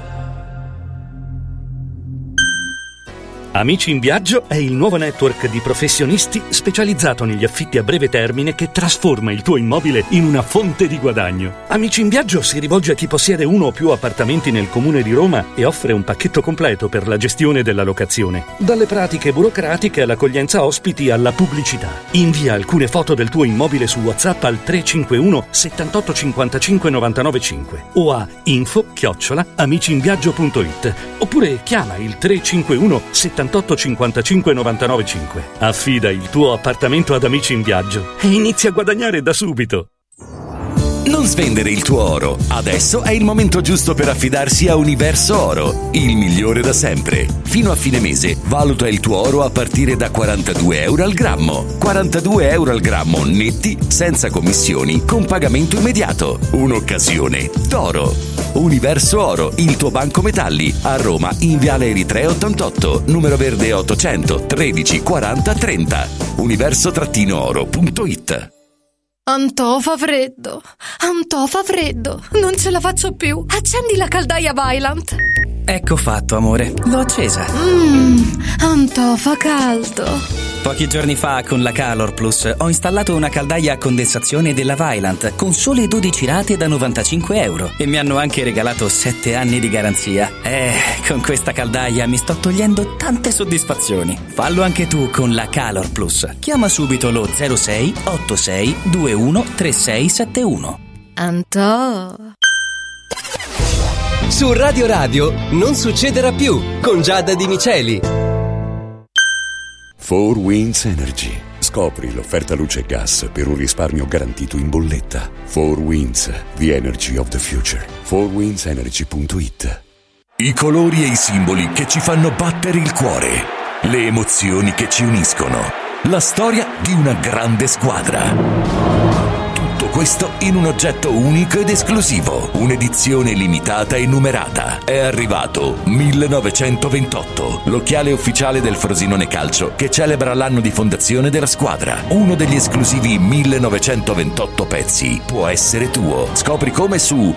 Amici in Viaggio è il nuovo network di professionisti specializzato negli affitti a breve termine che trasforma il tuo immobile in una fonte di guadagno. Amici in Viaggio si rivolge a chi possiede uno o più appartamenti nel comune di Roma e offre un pacchetto completo per la gestione della locazione. Dalle pratiche burocratiche all'accoglienza ospiti alla pubblicità. Invia alcune foto del tuo immobile su WhatsApp al 351 78 55 99 5 o a info@amiciinviaggio.it oppure chiama il 351 78 55 99 5. Affida il tuo appartamento ad Amici in Viaggio e inizia a guadagnare da subito. Non svendere il tuo oro. Adesso è il momento giusto per affidarsi a Universo Oro, il migliore da sempre. Fino a fine mese valuta il tuo oro a partire da 42 euro al grammo. 42 euro al grammo netti, senza commissioni, con pagamento immediato. Un'occasione d'oro. Universo Oro, il tuo banco metalli, a Roma in Viale Eritrea 88, numero verde 800 13 40 30. universo-oro.it. Antò fa freddo, non ce la faccio più. Accendi la caldaia Vaillant. Ecco fatto, amore, l'ho accesa. Antò fa caldo. Pochi giorni fa con la Calor Plus ho installato una caldaia a condensazione della Vaillant con sole 12 rate da 95 euro e mi hanno anche regalato 7 anni di garanzia. Con questa caldaia mi sto togliendo tante soddisfazioni. Fallo anche tu con la Calor Plus. Chiama subito lo 06 86 21 3671. Antò. Su Radio Radio non succederà più con Giada Di Miceli. 4 Winds Energy. Scopri l'offerta luce e gas per un risparmio garantito in bolletta. 4 Winds, the energy of the future. 4windsenergy.it. I colori e i simboli che ci fanno battere il cuore. Le emozioni che ci uniscono. La storia di una grande squadra. Tutto questo in un oggetto unico ed esclusivo. Un'edizione limitata e numerata. È arrivato 1928, l'occhiale ufficiale del Frosinone Calcio che celebra l'anno di fondazione della squadra. Uno degli esclusivi 1928 pezzi può essere tuo. Scopri come su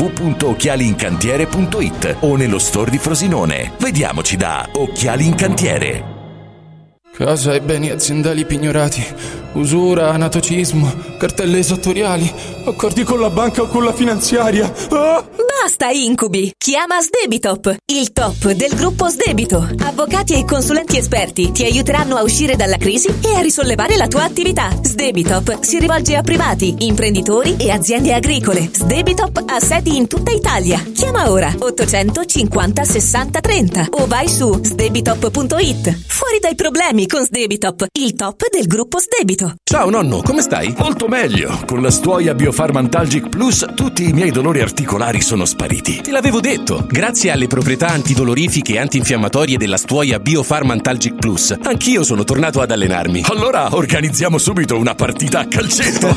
www.occhialiincantiere.it o nello store di Frosinone. Vediamoci da Occhiali in Cantiere. Casa e beni aziendali pignorati, usura, anatocismo, cartelle esattoriali, accordi con la banca o con la finanziaria. Ah! Basta incubi! Chiama Sdebitop, il top del gruppo Sdebito. Avvocati e consulenti esperti ti aiuteranno a uscire dalla crisi e a risollevare la tua attività. Sdebitop si rivolge a privati, imprenditori e aziende agricole. Sdebitop ha sedi in tutta Italia. Chiama ora 850 60 30 o vai su sdebitop.it. Fuori dai problemi con Sdebitop, il top del gruppo Sdebito. Ciao nonno, come stai? Molto meglio. Con la Stuoia Biofarmantalgic Plus tutti i miei dolori articolari sono spariti. Te l'avevo detto. Grazie alle proprietà antidolorifiche e antinfiammatorie della Stuoia Biofarmantalgic Plus, anch'io sono tornato ad allenarmi. Allora organizziamo subito una partita a calcetto.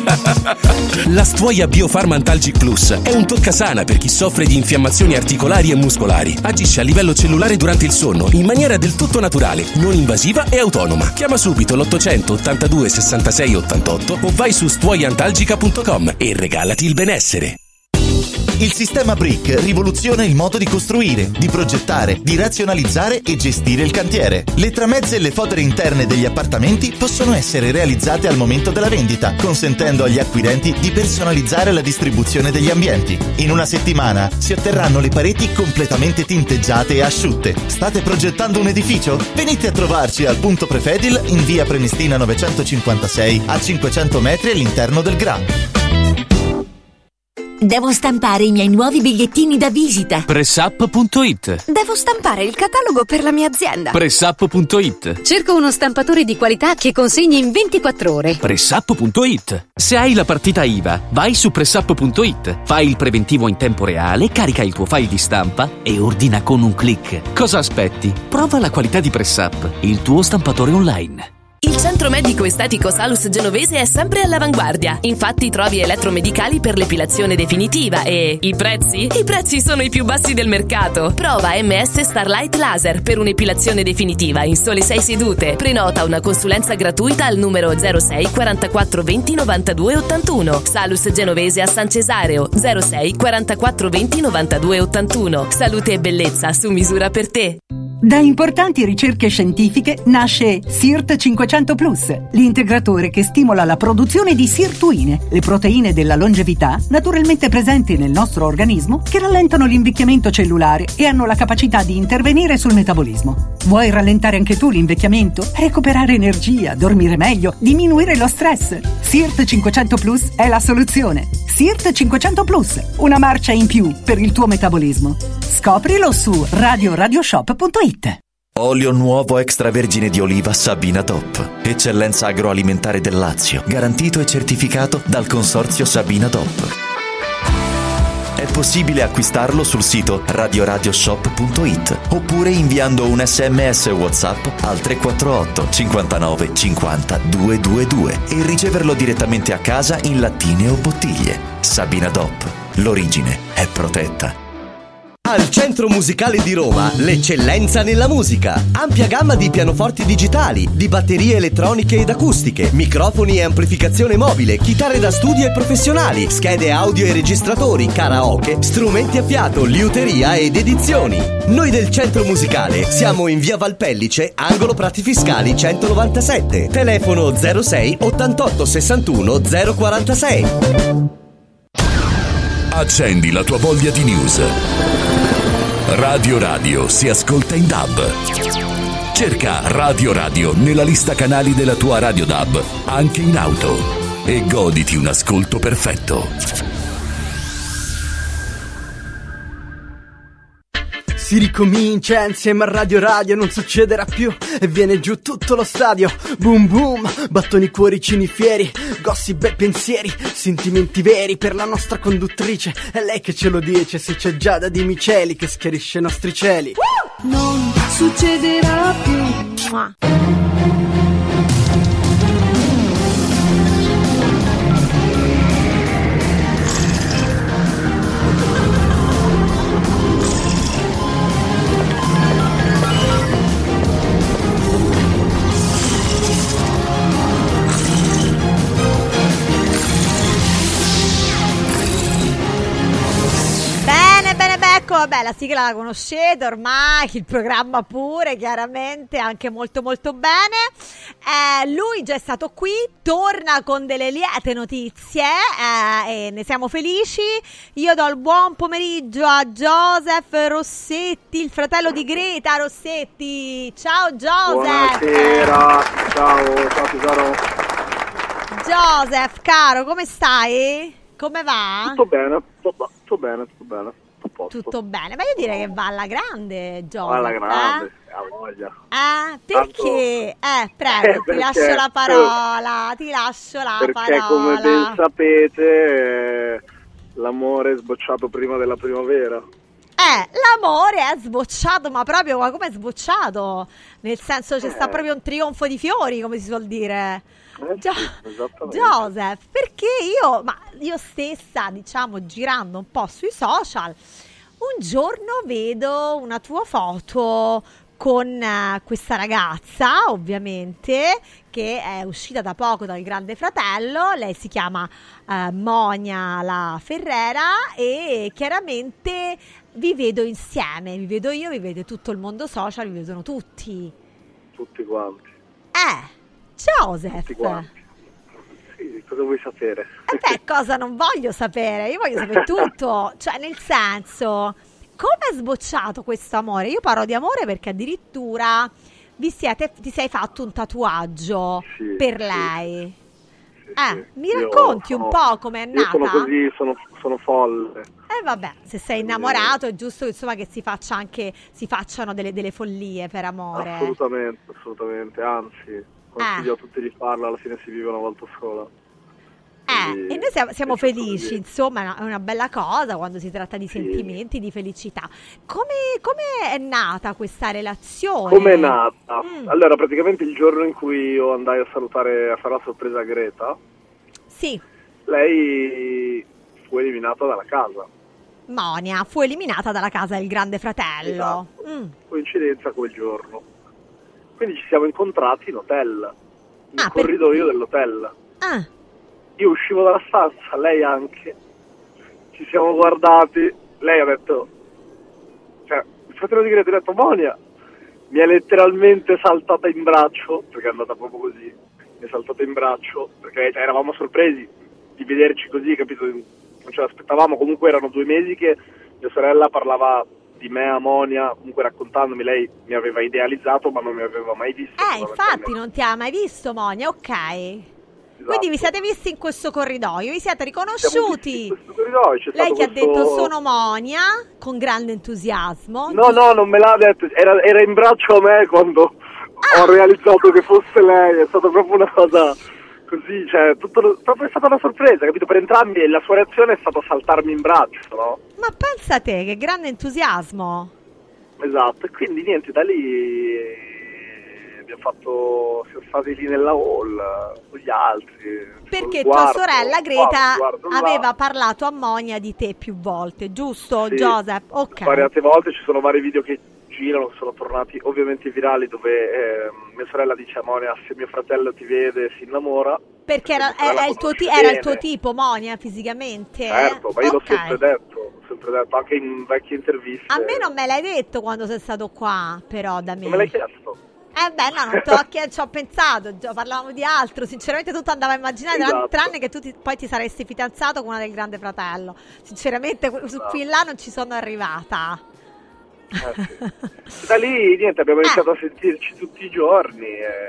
La Stuoia Biofarmantalgic Plus è un toccasana per chi soffre di infiammazioni articolari e muscolari. Agisce a livello cellulare durante il sonno in maniera del tutto naturale, non invasiva e autonoma. Chiama subito l'800 82 66 88 o vai su stuoiantalgica.com e regalati il benessere. Il sistema Brick rivoluziona il modo di costruire, di progettare, di razionalizzare e gestire il cantiere. Le tramezze e le fodere interne degli appartamenti possono essere realizzate al momento della vendita, consentendo agli acquirenti di personalizzare la distribuzione degli ambienti. In una settimana si otterranno le pareti completamente tinteggiate e asciutte. State progettando un edificio? Venite a trovarci al punto Prefedil in via Prenestina 956 a 500 metri all'interno del GRA. Devo stampare i miei nuovi bigliettini da visita. Pressup.it. Devo stampare il catalogo per la mia azienda. Pressup.it. Cerco uno stampatore di qualità che consegni in 24 ore. Pressup.it. Se hai la partita IVA, vai su Pressup.it. Fai il preventivo in tempo reale, carica il tuo file di stampa e ordina con un click. Cosa aspetti? Prova la qualità di Pressup, il tuo stampatore online. Il centro centro medico estetico Salus Genovese è sempre all'avanguardia. Infatti trovi elettromedicali per l'epilazione definitiva e i prezzi? I prezzi sono i più bassi del mercato. Prova MS Starlight Laser per un'epilazione definitiva in sole 6 sedute. Prenota una consulenza gratuita al numero 06 44 20 92 81. Salus Genovese a San Cesareo 06 44 20 92 81. Salute e bellezza su misura per te. Da importanti ricerche scientifiche nasce SIRT 500 Plus, l'integratore che stimola la produzione di sirtuine, le proteine della longevità naturalmente presenti nel nostro organismo che rallentano l'invecchiamento cellulare e hanno la capacità di intervenire sul metabolismo. Vuoi rallentare anche tu l'invecchiamento? Recuperare energia, dormire meglio, diminuire lo stress? SIRT 500 Plus è la soluzione. SIRT 500 Plus, una marcia in più per il tuo metabolismo. Scoprilo su radioshop.it. Olio nuovo extravergine di oliva Sabina Top. Eccellenza agroalimentare del Lazio. Garantito e certificato dal consorzio Sabina Top. È possibile acquistarlo sul sito radioshop.it oppure inviando un SMS WhatsApp al 348 59 50 222 e riceverlo direttamente a casa in lattine o bottiglie. Sabina Top. L'origine è protetta. Al Centro Musicale di Roma, l'eccellenza nella musica. Ampia gamma di pianoforti digitali, di batterie elettroniche ed acustiche, microfoni e amplificazione mobile, chitarre da studio e professionali, schede audio e registratori, karaoke, strumenti a fiato, liuteria ed edizioni. Noi del Centro Musicale siamo in via Valpellice, angolo Prati Fiscali 197. Telefono 06 88 61 046. Accendi la tua voglia di news. Radio si ascolta in DAB. Cerca Radio nella lista canali della tua Radio DAB, anche in auto, e goditi un ascolto perfetto. Si ricomincia insieme a Radio, non succederà più e viene giù tutto lo stadio. Boom boom, battoni cuoricini fieri, gossip e pensieri, sentimenti veri per la nostra conduttrice. È lei che ce lo dice, se c'è Giada Di Miceli che schiarisce i nostri cieli. Non succederà più. Ecco, vabbè, la sigla la conoscete ormai, il programma pure, chiaramente, anche molto molto bene. Lui già è stato qui, torna con delle liete notizie e ne siamo felici. Io do il buon pomeriggio a Joseph Rossetti, il fratello di Greta Rossetti. Ciao Joseph! Buonasera, ciao tesoro. Joseph, caro, come stai? Come va? Tutto bene, tutto bene. Tutto bene, ma io direi che va alla grande, Joseph. Alla grande, a voglia. Perché? Prego, ti lascio la parola, Perché come ben sapete, l'amore è sbocciato prima della primavera. L'amore è sbocciato, ma proprio come è sbocciato? Nel senso c'è sta proprio un trionfo di fiori, come si suol dire. Joseph, perché io stessa, diciamo, girando un po' sui social, un giorno vedo una tua foto con questa ragazza, ovviamente, che è uscita da poco dal Grande Fratello. Lei si chiama Monia La Ferrera e chiaramente vi vedo insieme, vi vedo io, vi vede tutto il mondo social, vi vedono tutti quanti. Joseph, sì, cosa vuoi sapere? Cosa non voglio sapere? Io voglio sapere tutto, cioè nel senso, come è sbocciato questo amore? Io parlo di amore perché addirittura ti sei fatto un tatuaggio per lei. Mi racconti un po' com'è nata? Io sono così, sono folle. Vabbè, se sei innamorato è giusto insomma che si facciano delle follie per amore. Assolutamente, anzi, consiglio a tutti di farlo, alla fine si vive una volta sola. E noi siamo felici, insomma, è una bella cosa quando si tratta di sentimenti, di felicità. Come è nata questa relazione? Come è nata? Allora, praticamente il giorno in cui io andai a fare la sorpresa a Greta, sì, lei fu eliminata dalla casa. Monia fu eliminata dalla casa del Grande Fratello. Esatto. Coincidenza quel giorno. Quindi ci siamo incontrati in hotel, nel corridoio dell'hotel. Io uscivo dalla stanza, lei anche. Ci siamo guardati. Lei ha detto, cioè, il fratello di Greta ha detto, Monia, mi è letteralmente saltata in braccio, perché è andata proprio così. Mi è saltata in braccio, perché eravamo sorpresi di vederci così, capito? Non ce l'aspettavamo. Comunque erano 2 mesi che mia sorella parlava di me a Monia, comunque raccontandomi, lei mi aveva idealizzato ma non mi aveva mai visto. Infatti non ti ha mai visto Monia, ok. Esatto. Quindi vi siete visti in questo corridoio, vi siete riconosciuti. In questo corridoio, lei che ha detto sono Monia, con grande entusiasmo. No, non me l'ha detto, era in braccio a me quando ho realizzato che fosse lei, è stata proprio una cosa così, cioè, proprio è stata una sorpresa, capito? Per entrambi, e la sua reazione è stata saltarmi in braccio, no? Ma pensa te, che grande entusiasmo! Esatto, e quindi niente, da lì siamo stati lì nella hall con gli altri. Perché tua sorella Greta aveva parlato a Monia di te più volte, giusto, sì, Joseph? Ok. Svariate volte, ci sono vari video che girano, che sono tornati ovviamente virali, dove mia sorella dice a Monia, se mio fratello ti vede si innamora. Perché era il tuo tipo, Monia, fisicamente? Certo, ma io l'ho sempre detto, anche in vecchie interviste. A me non me l'hai detto quando sei stato qua, però da me. Non me l'hai chiesto? No, non ci ho pensato, parlavamo di altro, sinceramente tutto andava a immaginare, esatto, tranne che tu poi ti saresti fidanzato con una del Grande Fratello. Sinceramente su qui là non ci sono arrivata. Sì. Da lì niente, abbiamo iniziato a sentirci tutti i giorni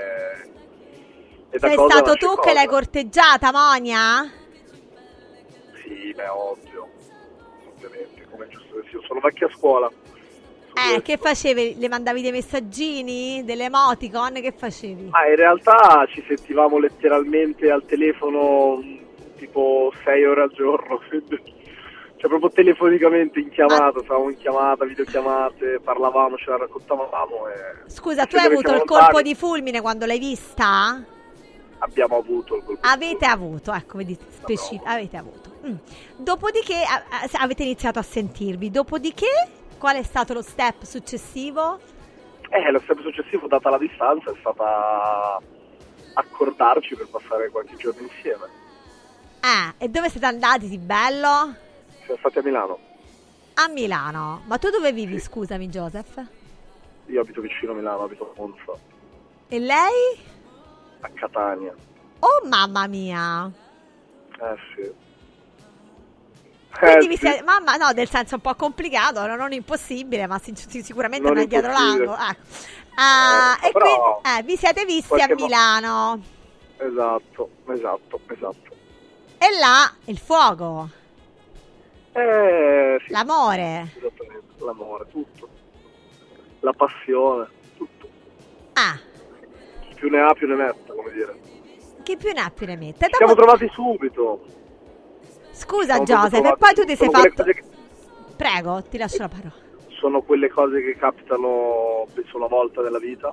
sei stato tu che l'hai corteggiata, Monia? Sì, ovvio, ovviamente, come è giusto che sia, sono vecchia scuola. Che facevi? Le mandavi dei messaggini, delle emoticon, che facevi? In realtà ci sentivamo letteralmente al telefono tipo 6 ore al giorno, cioè proprio telefonicamente in chiamata, stavamo in chiamata, videochiamate, parlavamo, ce la raccontavamo. Scusa, tu hai avuto il colpo di fulmine quando l'hai vista? Abbiamo avuto il colpo Avete avuto, ecco, vedi, avete avuto. Dopodiché avete iniziato a sentirvi, dopodiché qual è stato lo step successivo? Lo step successivo, data la distanza, è stata accordarci per passare qualche giorno insieme. E dove siete andati di bello? Siamo stati a Milano. A Milano? Ma tu dove vivi, scusami, Joseph? Io abito vicino a Milano, abito a Monza. E lei? A Catania. Oh mamma mia! Sì. Quindi mamma, no, nel senso un po' complicato, non impossibile, ma sicuramente non è dietro l'angolo. E quindi vi siete visti a Milano. Esatto. E là il fuoco. Sì. L'amore. Esattamente, l'amore, tutto. La passione, tutto. Chi più ne ha più ne metta, come dire. Chi più ne ha più ne mette. Ci siamo trovati subito. Scusa Joseph, e poi tu ti sei fatto... Prego, ti lascio la parola. Sono quelle cose che capitano, penso, una volta nella vita.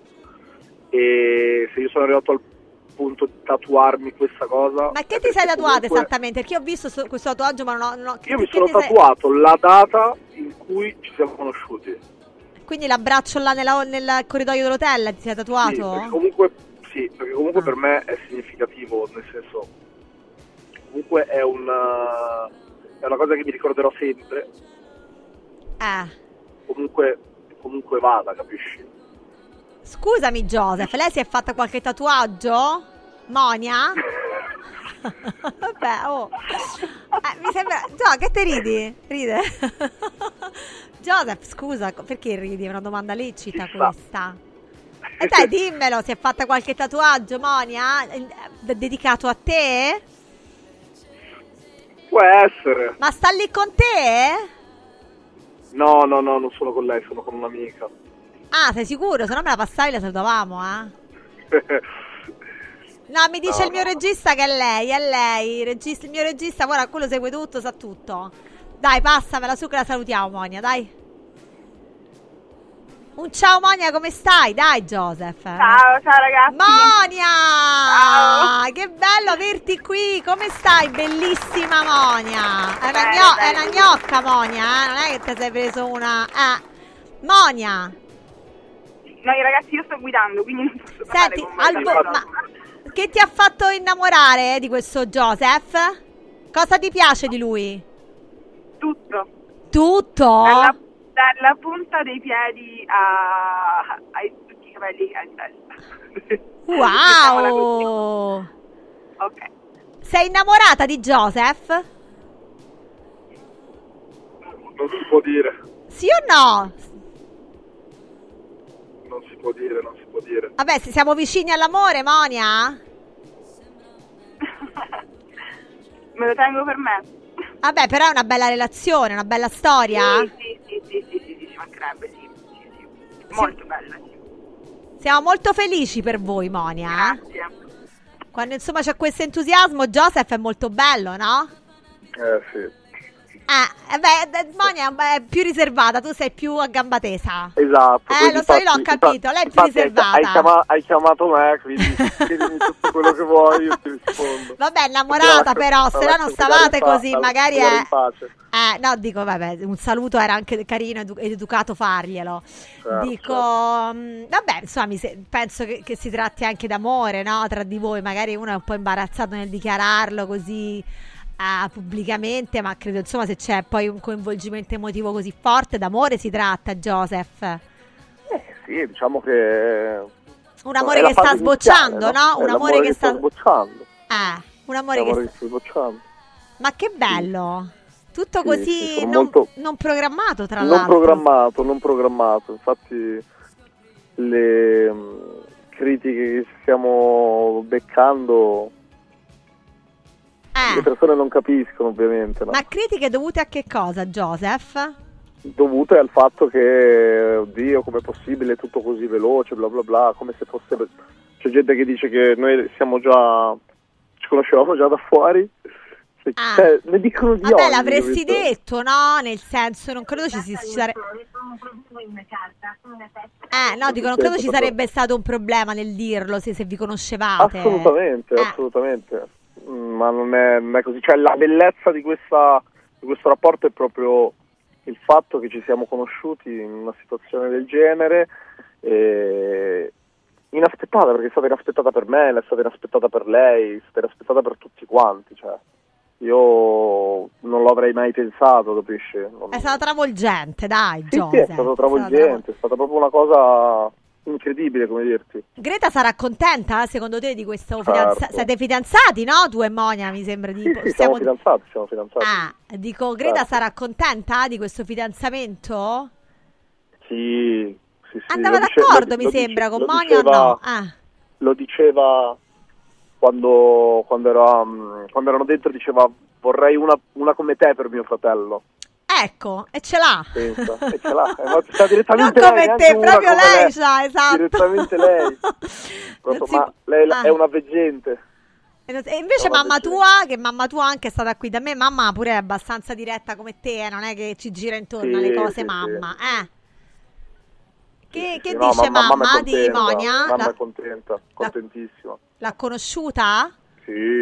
E se io sono arrivato al punto di tatuarmi questa cosa... Ma che ti sei tatuato esattamente? Perché io ho visto questo tatuaggio, ma non ho... Io mi sono tatuato la data in cui ci siamo conosciuti. Quindi l'abbraccio là nel corridoio dell'hotel ti sei tatuato? Sì, perché comunque per me è significativo, nel senso... Comunque è una cosa che mi ricorderò sempre. Comunque vada, capisci? Scusami Joseph, lei si è fatta qualche tatuaggio? Monia? Vabbè, mi sembra... che te ridi? Ride? Joseph, scusa, perché ridi? È una domanda lecita questa. E dai, dimmelo, si è fatta qualche tatuaggio, Monia? Dedicato a te? Può essere. Ma sta lì con te? No, non sono con lei, sono con un'amica. Sei sicuro? Se no me la passavi e la salutavamo, No, mi dice il mio regista che è lei, il mio regista, guarda, quello segue tutto, sa tutto. Dai, passamela su che la salutiamo, Monia, dai. Un ciao Monia, come stai? Dai, Joseph. Ciao ragazzi. Monia! Ciao. Che bello averti qui, come stai? Bellissima Monia. È una gnocca Monia, non è che ti sei preso una... Monia. No, ragazzi, io sto guidando, quindi non posso parlare. Senti, con ma che ti ha fatto innamorare di questo Joseph? Cosa ti piace di lui? Tutto. Tutto? Dalla punta dei piedi ai tutti i capelli che ha in testa. Wow! Ok. Sei innamorata di Joseph? Non si può dire. Sì o no? Non si può dire. Vabbè, siamo vicini all'amore, Monia? Me lo tengo per me. Vabbè, però è una bella relazione, una bella storia. Sì, ci mancherebbe, sì. Molto bella, sì. Siamo molto felici per voi, Monia. Grazie. Quando insomma c'è questo entusiasmo, Joseph è molto bello, no? Sì. Monia è più riservata, tu sei più a gamba tesa. Esatto. Lo so, io l'ho capito, lei è più riservata. Hai chiamato me, quindi chiedimi tutto quello che vuoi, io ti rispondo. Vabbè, innamorata però, se no non stavate così, magari è... in pace. No, dico, vabbè, un saluto era anche carino ed educato farglielo. Certo, dico, vabbè, insomma, penso che si tratti anche d'amore, no? Tra di voi, magari uno è un po' imbarazzato nel dichiararlo così pubblicamente, ma credo, insomma, se c'è poi un coinvolgimento emotivo così forte, d'amore si tratta, Joseph. Sì, diciamo che... Un amore che sta sbocciando, no? Un amore che sta sbocciando. Un amore che sta sbocciando. Ma che bello! Tutto così non programmato, tra non l'altro. Non programmato. Infatti le critiche che stiamo beccando le persone non capiscono, ovviamente. No? Ma critiche dovute a che cosa, Joseph? Dovute al fatto che, oddio, com'è possibile tutto così veloce, bla bla bla, come se fosse... C'è gente che dice che noi ci conoscevamo già da fuori. Cioè, ne dicono di Vabbè, ogni, l'avresti capito? detto, no? Nel senso, non credo ci sarebbe... no, dico, non credo ci sarebbe stato un problema nel dirlo se vi conoscevate. Assolutamente. Ma non è così. Cioè, la bellezza di questo rapporto è proprio il fatto che ci siamo conosciuti in una situazione del genere, inaspettata, perché è stata inaspettata per me, è stata inaspettata per lei, è stata inaspettata per tutti quanti, cioè. Io non lo avrei mai pensato, capisci? È stata travolgente, dai, Sì, Joseph. è stato travolgente, è stata proprio una cosa incredibile, come dirti. Greta sarà contenta, secondo te, di questo Certo. Siete fidanzati, no? Tu e Monia, mi sembra di... Sì, siamo fidanzati. Dico, Greta Certo. sarà contenta di questo fidanzamento? Sì. Andava d'accordo, mi sembra, con Monia o no? Lo diceva... Quando erano dentro diceva vorrei una come te per mio fratello. Ecco, e ce l'ha. Pensa, e ce l'ha. Sta direttamente non come lei, te, proprio lei c'ha, esatto. Direttamente lei. Ma lei è una veggente. E invece mamma tua anche è stata qui da me, mamma pure è abbastanza diretta come te, non è che ci gira intorno alle cose, mamma. Che dice mamma di Monia? Mamma è contenta, contentissima. L'ha conosciuta? Sì.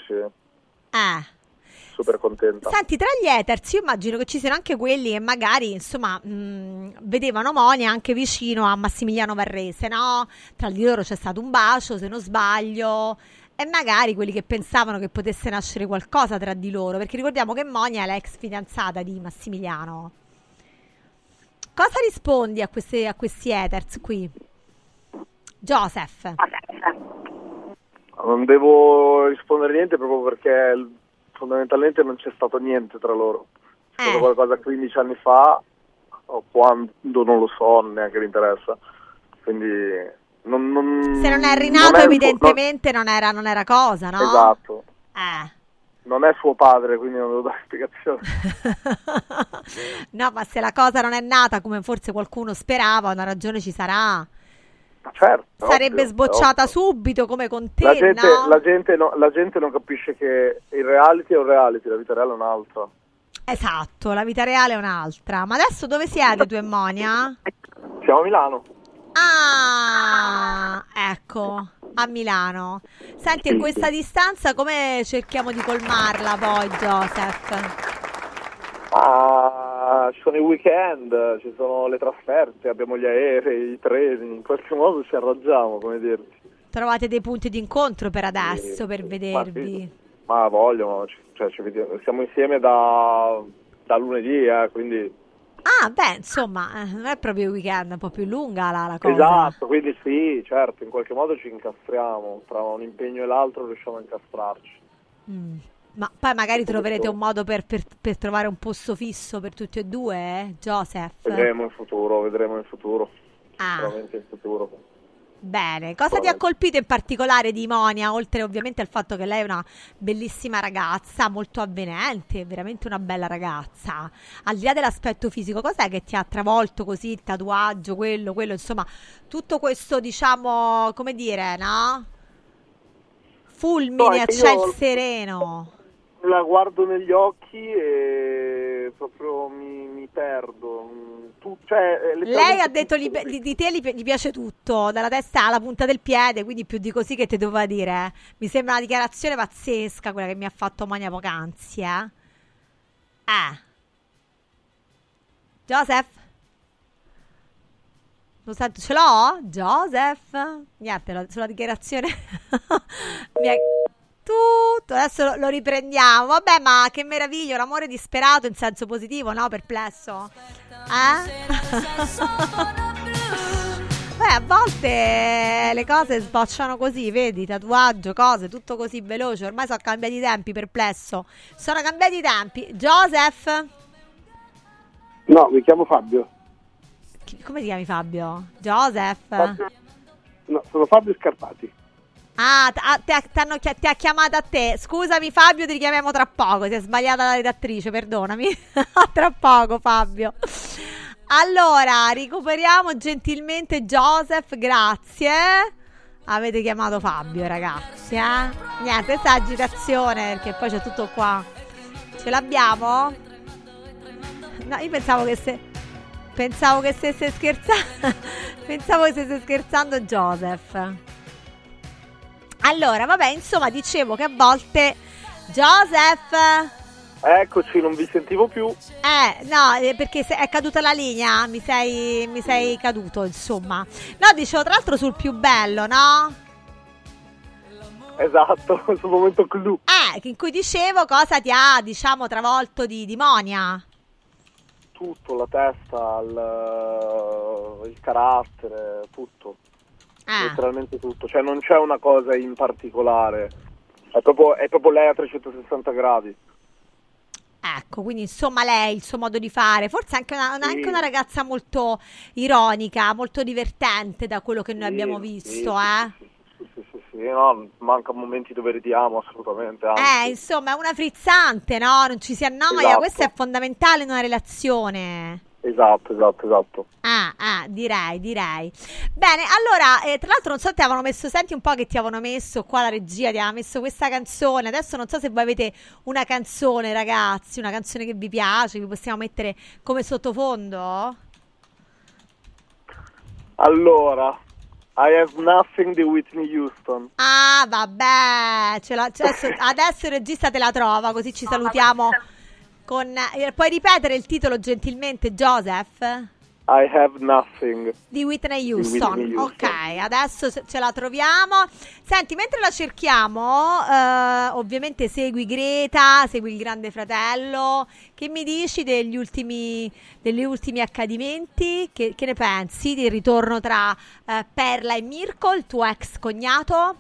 Super contenta. Senti, tra gli haters io immagino che ci siano anche quelli che magari, insomma, vedevano Monia anche vicino a Massimiliano Varrese, no? Tra di loro c'è stato un bacio, se non sbaglio, e magari quelli che pensavano che potesse nascere qualcosa tra di loro, perché ricordiamo che Monia è l'ex fidanzata di Massimiliano. Cosa rispondi a questi haters qui? Joseph? Non devo rispondere niente proprio perché fondamentalmente non c'è stato niente tra loro. C'è stato qualcosa 15 anni fa o quando, non lo so, neanche mi interessa. Quindi se non è rinato evidentemente non era cosa, no? Esatto. Non è suo padre, quindi non devo dare spiegazioni. No, ma se la cosa non è nata come forse qualcuno sperava, una ragione ci sarà. Certo, sarebbe sbocciata subito come con te, la gente non capisce che il reality è un reality, la vita reale è un'altra. Esatto, la vita reale è un'altra. Ma adesso dove siete tu e Monia? Siamo a Milano. Ah, ecco, a Milano. Senti, e questa distanza come cerchiamo di colmarla poi, Joseph? Ci sono i weekend, ci sono le trasferte, abbiamo gli aerei, i treni, in qualche modo ci arrangiamo, come dirti. Trovate dei punti di incontro per adesso, per vedervi? Ma voglio, ci vediamo, siamo insieme da lunedì, quindi... Ah, beh, insomma, non è proprio il weekend, è un po' più lunga la cosa. Esatto, quindi sì, certo, in qualche modo ci incastriamo, tra un impegno e l'altro riusciamo a incastrarci. Ma poi magari troverete un modo per trovare un posto fisso per tutti e due, Joseph? Vedremo in futuro. Sicuramente in futuro. Bene, cosa ti ha colpito in particolare di Monia, oltre ovviamente al fatto che lei è una bellissima ragazza, molto avvenente, veramente una bella ragazza, al di là dell'aspetto fisico, cos'è che ti ha travolto così, il tatuaggio, quello, insomma, tutto questo, diciamo, come dire, no? Fulmine a ciel sereno. La guardo negli occhi e proprio mi perdo. Lei ha detto di te gli piace tutto, dalla testa alla punta del piede, quindi più di così che ti doveva dire. Mi sembra una dichiarazione pazzesca quella che mi ha fatto Monia poc'anzi, Joseph? Lo sento, ce l'ho? Joseph? Niente, sulla dichiarazione tutto, adesso lo riprendiamo. Vabbè, ma che meraviglia, un amore disperato in senso positivo, no? Perplesso? Beh, a volte le cose sbocciano così, vedi, tatuaggio, cose, tutto così veloce. Ormai sono cambiati i tempi, Perplesso. Sono cambiati i tempi. Joseph? No, mi chiamo Fabio. Come ti chiami, Fabio? Joseph? No, sono Fabio Scarpati. Ti ha chiamato a te. Scusami, Fabio, ti richiamiamo tra poco. Si è sbagliata la redattrice, perdonami. Tra poco, Fabio. Allora, recuperiamo gentilmente Joseph, grazie. Avete chiamato Fabio, ragazzi, Niente, questa è agitazione, perché poi c'è tutto qua. Ce l'abbiamo? No, io pensavo che stesse scherzando. Pensavo che stesse scherzando Joseph. Allora, vabbè, insomma, dicevo che a volte Joseph... Eccoci, non vi sentivo più. No, perché è caduta la linea, mi sei caduto, insomma. No, dicevo, tra l'altro sul più bello, no? Esatto, sul momento clou. In cui dicevo cosa ti ha, diciamo, travolto di Monia. Tutto, la testa, il carattere, tutto. Letteralmente tutto, cioè non c'è una cosa in particolare, è proprio lei a 360 gradi. Ecco, quindi insomma lei, il suo modo di fare, forse anche una ragazza molto ironica, molto divertente da quello che noi abbiamo visto, Sì, no, manca momenti dove ridiamo assolutamente. Anzi. Insomma è una frizzante, no? Non ci si annoia, esatto. Questo è fondamentale in una relazione. Esatto. Direi. Bene, allora, tra l'altro non so, ti avevano messo, senti un po' che ti avevano messo qua la regia, ti aveva messo questa canzone. Adesso non so se voi avete una canzone, ragazzi, una canzone che vi piace, che possiamo mettere come sottofondo. Allora, I Have Nothing di Whitney Houston. Vabbè, adesso il regista te la trova, così ci salutiamo. Puoi ripetere il titolo gentilmente, Joseph? I Have Nothing di Whitney Houston. Ok, adesso ce la troviamo. Senti, mentre la cerchiamo, ovviamente segui Greta, segui il Grande Fratello. Che mi dici degli ultimi accadimenti? Che ne pensi del ritorno tra Perla e Mirko, il tuo ex cognato?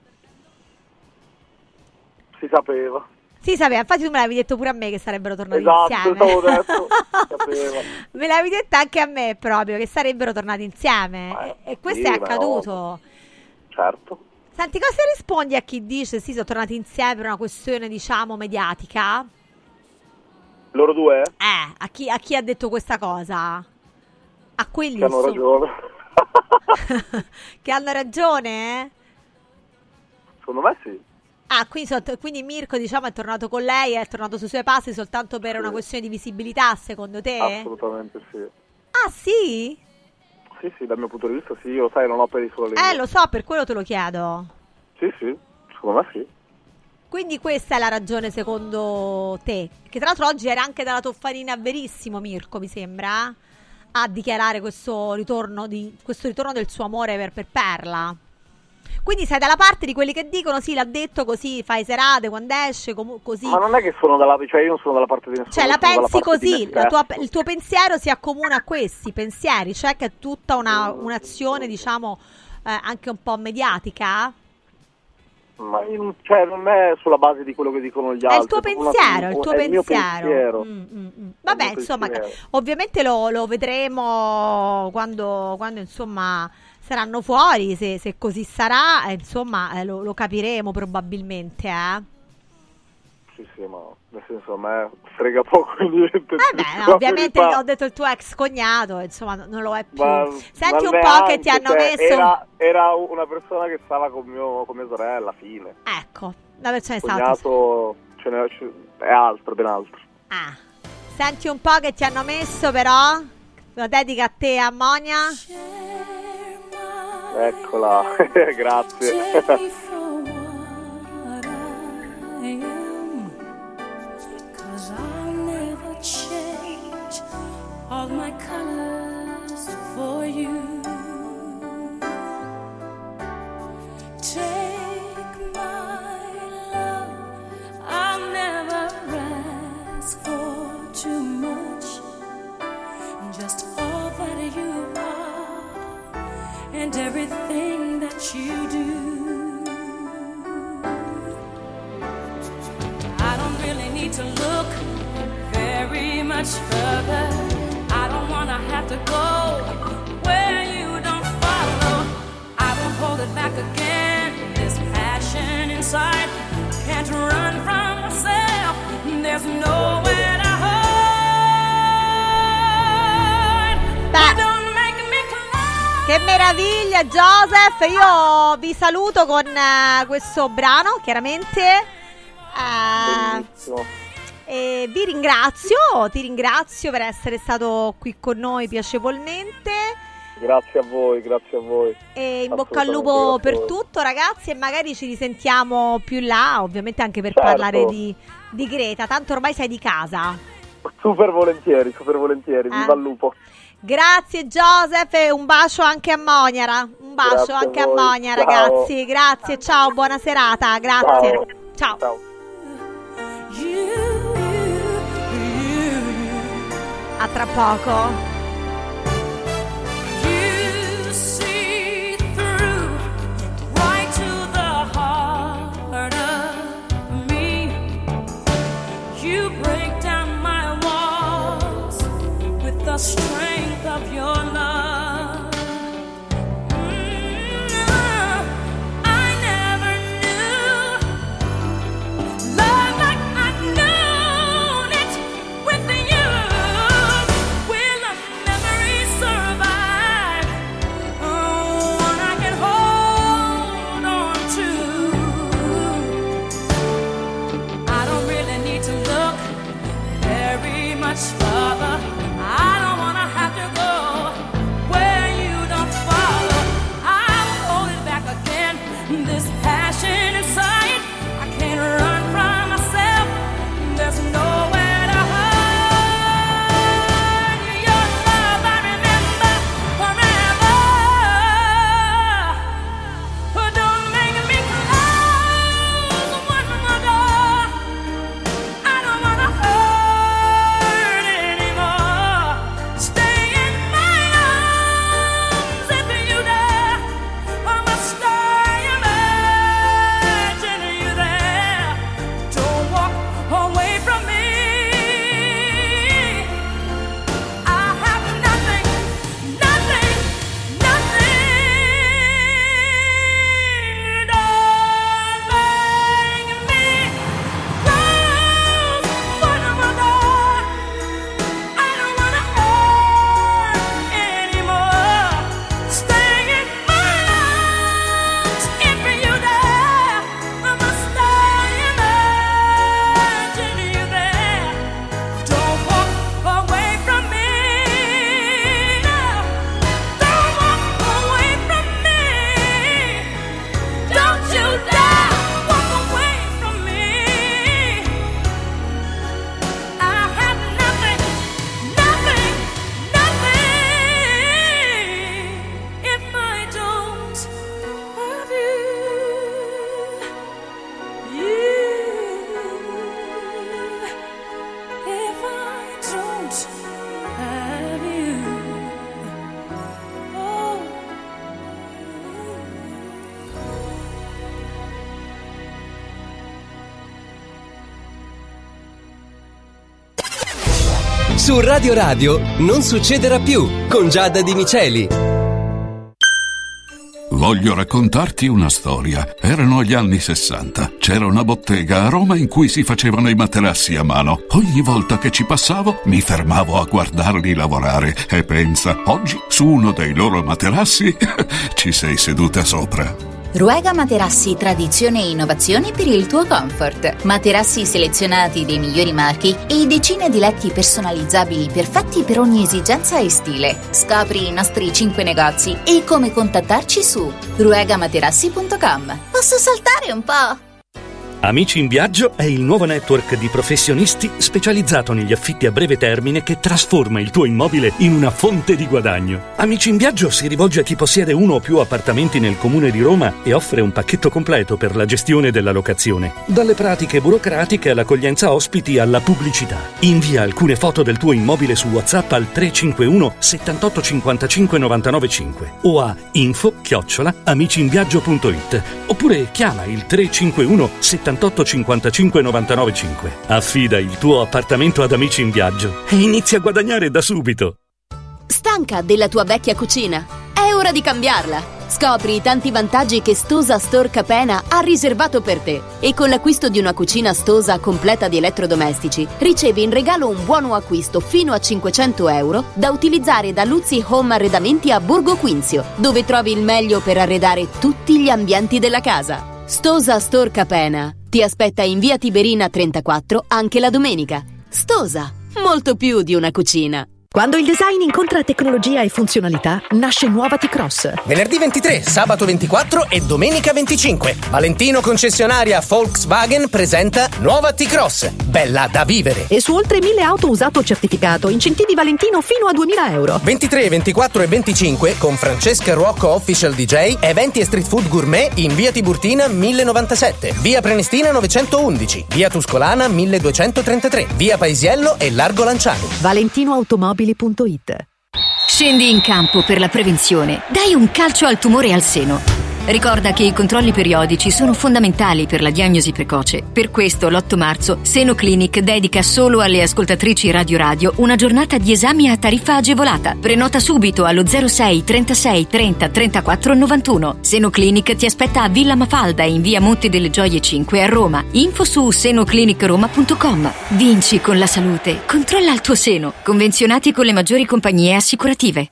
Si sapeva. Sì, sapeva, infatti tu me l'avevi detto pure a me che sarebbero tornati insieme. Esatto, me l'avevi detto anche a me proprio, che sarebbero tornati insieme. E questo è accaduto. No. Certo. Senti, cosa rispondi a chi dice sì, sono tornati insieme per una questione, diciamo, mediatica? Loro due? A chi ha detto questa cosa? A quelli che hanno ragione. Che hanno ragione? Secondo me sì. Ah, quindi Mirko, diciamo, è tornato con lei, è tornato sui suoi passi soltanto per una questione di visibilità, secondo te? Assolutamente sì. Ah, sì? Sì, dal mio punto di vista sì, io lo sai, non ho per i suoi lo so, per quello te lo chiedo. Sì, secondo me sì. Quindi questa è la ragione secondo te? Che tra l'altro oggi era anche dalla Toffanini a Verissimo, Mirko, mi sembra, a dichiarare questo ritorno del suo amore per Perla. Quindi sei dalla parte di quelli che dicono sì, l'ha detto così, fai serate quando esce, così. Ma non è che io non sono dalla parte di nessuno. Cioè la pensi così, il tuo pensiero si accomuna a questi pensieri, cioè che è tutta un'azione, diciamo, anche un po' mediatica? Ma non è sulla base di quello che dicono gli altri. È il tuo pensiero, è il mio pensiero. Vabbè, insomma, ovviamente lo vedremo quando insomma saranno fuori, se così sarà, insomma, lo capiremo probabilmente, Sì, ma nel senso a me frega poco niente. Ovviamente ho detto il tuo ex cognato, insomma, non lo è più. Senti un po' che ti hanno messo. Era una persona che stava con mia sorella alla fine. Ecco, la persona è stato. È altro, ben altro. Senti un po' che ti hanno messo, però. Lo dedica a te, Ammonia. Eccola, grazie. All my colors for you. Take my love, I'll never ask for too much. Just all that you are and everything that you do. I don't really need to look very much further. I don't wanna have to go where you don't follow. I won't hold it back again. This passion inside can't run from myself. There's nowhere to hide. Don't make me cry. Che meraviglia, Joseph. Io vi saluto con questo brano, chiaramente. Benissimo. E ti ringrazio per essere stato qui con noi piacevolmente. Grazie a voi. E in bocca al lupo per tutto, ragazzi, e magari ci risentiamo più là, ovviamente anche per parlare di Greta, tanto ormai sei di casa. Super volentieri, viva il lupo. Grazie Joseph e un bacio anche a Moniara. Grazie anche a Moniara, ragazzi. Grazie, ciao, buona serata, grazie. Ciao. A tra poco. You see through right to the heart of me. You break down my walls with the strength of your love. Further, I don't wanna Su Radio Radio non succederà più con Giada Di Miceli. Voglio raccontarti una storia. Erano gli anni 60. C'era una bottega a Roma in cui si facevano i materassi a mano. Ogni volta che ci passavo mi fermavo a guardarli lavorare e pensa, oggi su uno dei loro materassi ci sei seduta sopra. Ruega Materassi, tradizione e innovazione per il tuo comfort. Materassi selezionati dei migliori marchi e decine di letti personalizzabili perfetti per ogni esigenza e stile. Scopri i nostri 5 negozi e come contattarci su ruegamaterassi.com. Posso saltare un po'? Amici in Viaggio è il nuovo network di professionisti specializzato negli affitti a breve termine che trasforma il tuo immobile in una fonte di guadagno. Amici in Viaggio si rivolge a chi possiede uno o più appartamenti nel comune di Roma e offre un pacchetto completo per la gestione della locazione. Dalle pratiche burocratiche all'accoglienza ospiti alla pubblicità. Invia alcune foto del tuo immobile su WhatsApp al 351 78 55 995 o a info@amiciinviaggio.it oppure chiama il 351 78 55 995. Affida il tuo appartamento ad Amici in Viaggio e inizia a guadagnare da subito. Stanca della tua vecchia cucina? È ora di cambiarla! Scopri i tanti vantaggi che Stosa Store Capena ha riservato per te. E con l'acquisto di una cucina Stosa completa di elettrodomestici, ricevi in regalo un buono acquisto fino a 500 euro da utilizzare da Luzzi Home Arredamenti a Borgo Quinzio, dove trovi il meglio per arredare tutti gli ambienti della casa. Stosa Store Capena ti aspetta in via Tiberina 34 anche la domenica. Stosa, molto più di una cucina. Quando il design incontra tecnologia e funzionalità, nasce nuova T-Cross. Venerdì 23, sabato 24 e domenica 25. Valentino concessionaria Volkswagen presenta nuova T-Cross. Bella da vivere. E su oltre 1000 auto usato certificato, incentivi Valentino fino a 2000 euro. 23, 24 e 25 con Francesca Ruocco Official DJ, eventi e street food gourmet in via Tiburtina 1097, via Prenestina 911, via Tuscolana 1233, via Paesiello e Largo Lanciani. Valentino Automobili. Scendi in campo per la prevenzione. Dai un calcio al tumore al seno. Ricorda che i controlli periodici sono fondamentali per la diagnosi precoce. Per questo l'8 marzo Seno Clinic dedica solo alle ascoltatrici Radio Radio una giornata di esami a tariffa agevolata. Prenota subito allo 06 36 30 34 91. Seno Clinic ti aspetta a Villa Mafalda in via Monte delle Gioie 5 a Roma. Info su senoclinicroma.com. Vinci con la salute. Controlla il tuo seno. Convenzionati con le maggiori compagnie assicurative.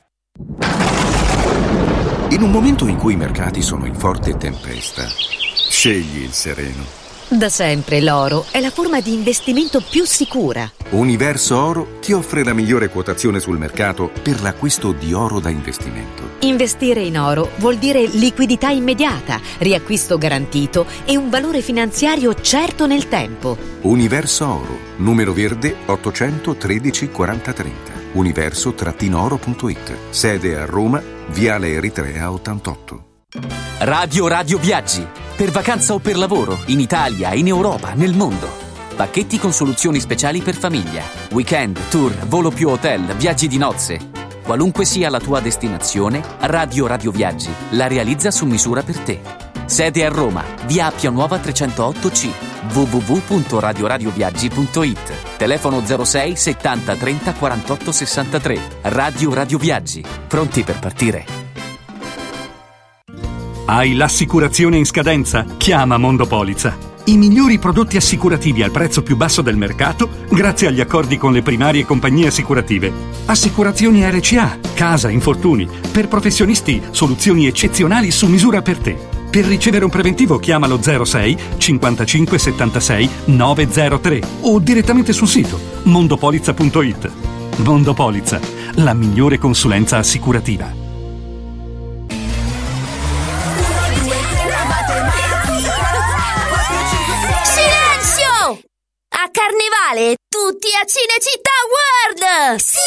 In un momento in cui i mercati sono in forte tempesta, scegli il sereno. Da sempre l'oro è la forma di investimento più sicura. Universo Oro ti offre la migliore quotazione sul mercato per l'acquisto di oro da investimento. Investire in oro vuol dire liquidità immediata, riacquisto garantito e un valore finanziario certo nel tempo. Universo Oro, numero verde 813 4030. Universo-oro.it. Sede a Roma, Viale Eritrea 88. Radio Viaggi. Per vacanza o per lavoro, in Italia, in Europa, nel mondo. Pacchetti con soluzioni speciali per famiglia. Weekend, tour, volo più hotel, viaggi di nozze. Qualunque sia la tua destinazione, Radio Viaggi la realizza su misura per te. Sede a Roma, via Appia Nuova 308C. www.radioradioviaggi.it. Telefono 06 70 30 48 63. Radio Viaggi. Pronti per partire. Hai l'assicurazione in scadenza? Chiama Mondopolizza. I migliori prodotti assicurativi al prezzo più basso del mercato grazie agli accordi con le primarie compagnie assicurative. Assicurazioni RCA, casa, infortuni. Per professionisti, soluzioni eccezionali su misura per te. Per ricevere un preventivo chiamalo 06 55 76 903 o direttamente sul sito mondopolizza.it. Mondopolizza, la migliore consulenza assicurativa. Silenzio! A Carnevale tutti a Cinecittà World! Sì!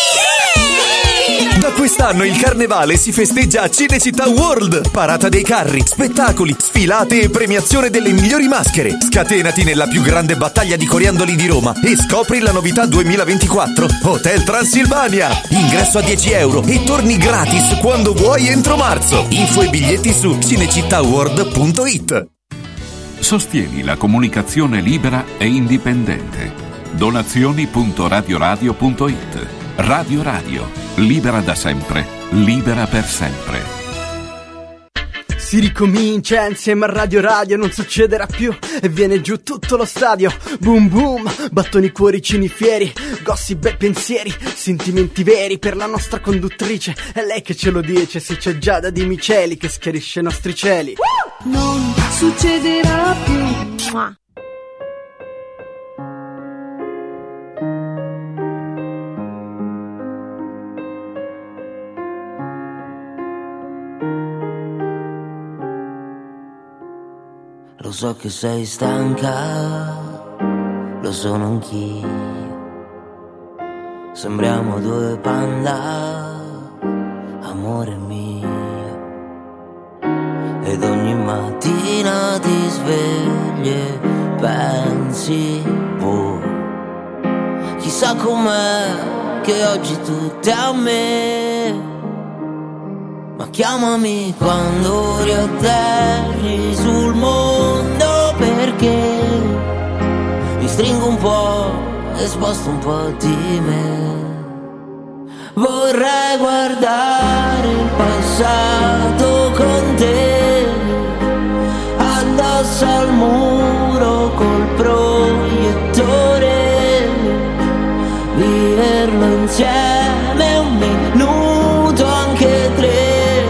Da quest'anno il Carnevale si festeggia a Cinecittà World. Parata dei carri, spettacoli, sfilate e premiazione delle migliori maschere. Scatenati nella più grande battaglia di coriandoli di Roma e scopri la novità 2024 Hotel Transilvania. Ingresso a 10 euro e torni gratis quando vuoi entro marzo. Info e biglietti su cinecittàworld.it. Sostieni la comunicazione libera e indipendente. Donazioni.radioradio.it. Radio Radio, libera da sempre, libera per sempre. Si ricomincia insieme a Radio Radio, non succederà più e viene giù tutto lo stadio. Boom boom, battoni, cuoricini fieri, gossip e pensieri, sentimenti veri per la nostra conduttrice. È lei che ce lo dice, se c'è Giada Di Miceli che schiarisce i nostri cieli. Non succederà più. Lo so che sei stanca, lo sono anch'io. Sembriamo due panda, amore mio. Ed ogni mattina ti svegli e pensi, boh, chissà com'è che oggi tutto è a me. Ma chiamami quando riatterri sul mondo, perché mi stringo un po' e sposto un po' di me. Vorrei guardare il passato con te, addosso al muro col proiettore, viverlo insieme un minuto, anche tre.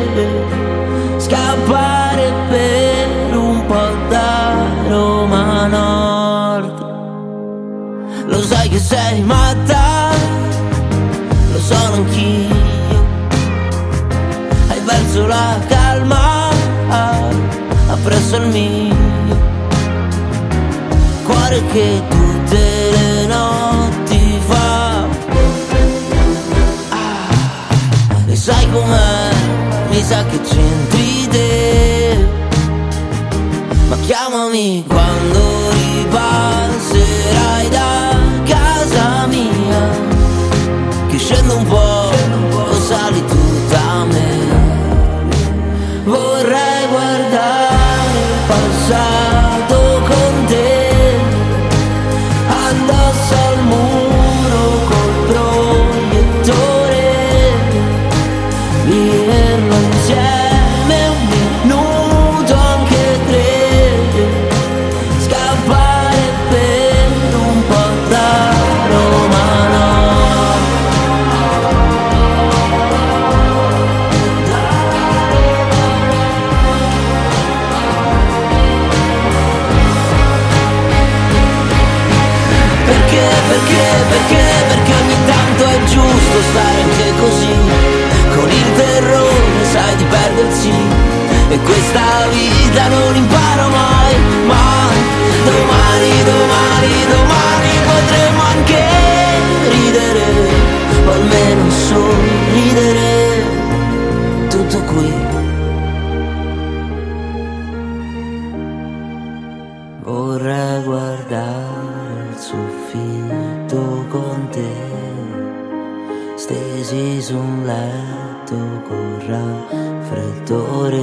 Scappare per un po' da Roma Nord. Lo sai che sei matta, lo sono anch'io. Hai perso la calma appresso al mio cuore che tutte le notti fa. E sai com'è? Mi sa che c'entri te. Ma chiamami quando ripasserai da casa mia, che scendo un po' o sali tutta a me. Vorrei guardare il passato con te, addosso al muro col proiettore, viverlo insieme un minuto, anche tre. Scappare per un po' da Roma Nord. Perché ogni tanto è giusto stare anche così, con il terrore, sai, di perdersi. E questa vita non imparo mai, ma domani potremo anche ridere, o almeno sorridere, tutto qui. Vorrei guardare il soffitto con te, stesi su un letto con raffreddore,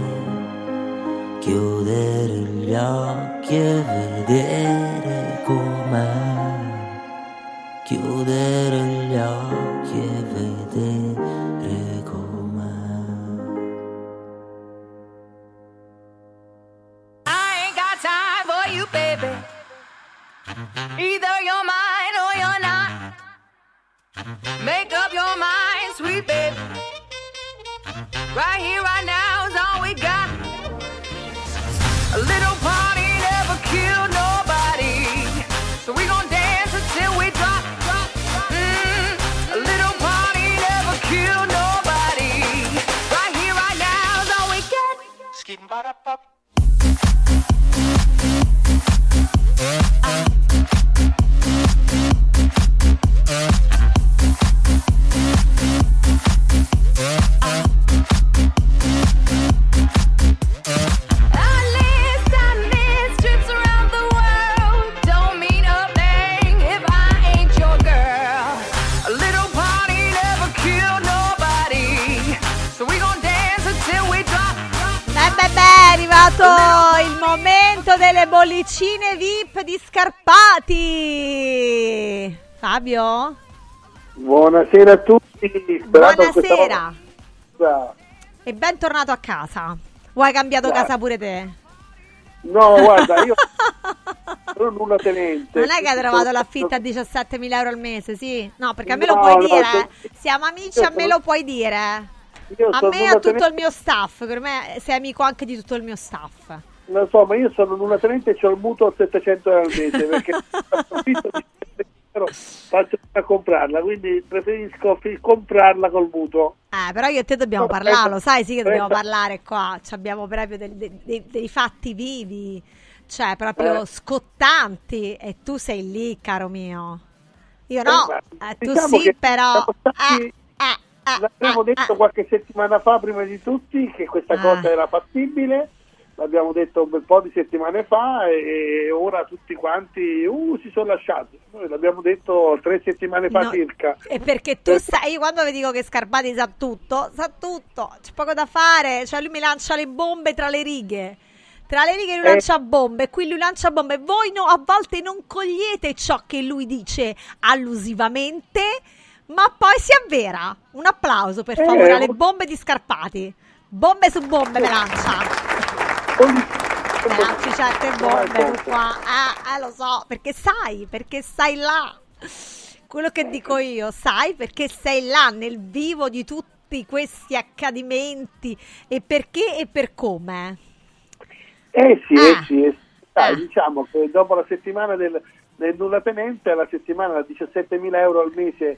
chiudere gli occhi e vedere com'è, chiudere gli occhi e vedere com'è. I ain't got time for you, baby. Either you're mine or you're not. Make up your mind, sweet baby. Right here, right now is all we got. A little party never killed nobody, so we gon' dance until we drop. A little party never killed nobody. Right here, right now is all we got. Skidding ba da pop. È arrivato il momento momento delle bollicine VIP di Scarpati. Fabio? Buonasera a tutti. Buonasera. E bentornato a casa. O hai cambiato casa pure te? No, guarda, io sono nullatenente. Non è che hai trovato l'affitto a 17.000 euro al mese, sì? No, perché a me lo puoi dire. Siamo amici, a me lo puoi dire. A me e a tutto il mio staff. Per me sei amico anche di tutto il mio staff. Lo so, ma io sono nullatenente e c'ho il mutuo a 700 euro al mese perché faccio a comprarla, quindi preferisco comprarla col mutuo. Però io e te dobbiamo parlare, lo sai, sì che dobbiamo parlare qua. Abbiamo proprio dei fatti vivi, cioè proprio scottanti, e tu sei lì, caro mio. Io no, tu diciamo sì, però l'abbiamo detto qualche settimana fa, prima di tutti, che questa cosa era fattibile. L'abbiamo detto un bel po' di settimane fa e ora tutti quanti si sono lasciati. Noi l'abbiamo detto 3 settimane fa circa. E perché tu sai, io quando vi dico che Scarpati sa tutto, c'è poco da fare, cioè lui mi lancia le bombe tra le righe. Tra le righe lui lancia bombe, qui lui lancia bombe. Voi a volte non cogliete ciò che lui dice allusivamente, ma poi si avvera. Un applauso per favore alle bombe di Scarpati. Bombe su bombe me lancia. Lanci certe bombe qua. Lo so, perché sai là. Quello che dico io, sai, perché sei là nel vivo di tutti questi accadimenti, e perché e per come. Sì. Diciamo che dopo la settimana del nullatenente, la settimana da 17.000 euro al mese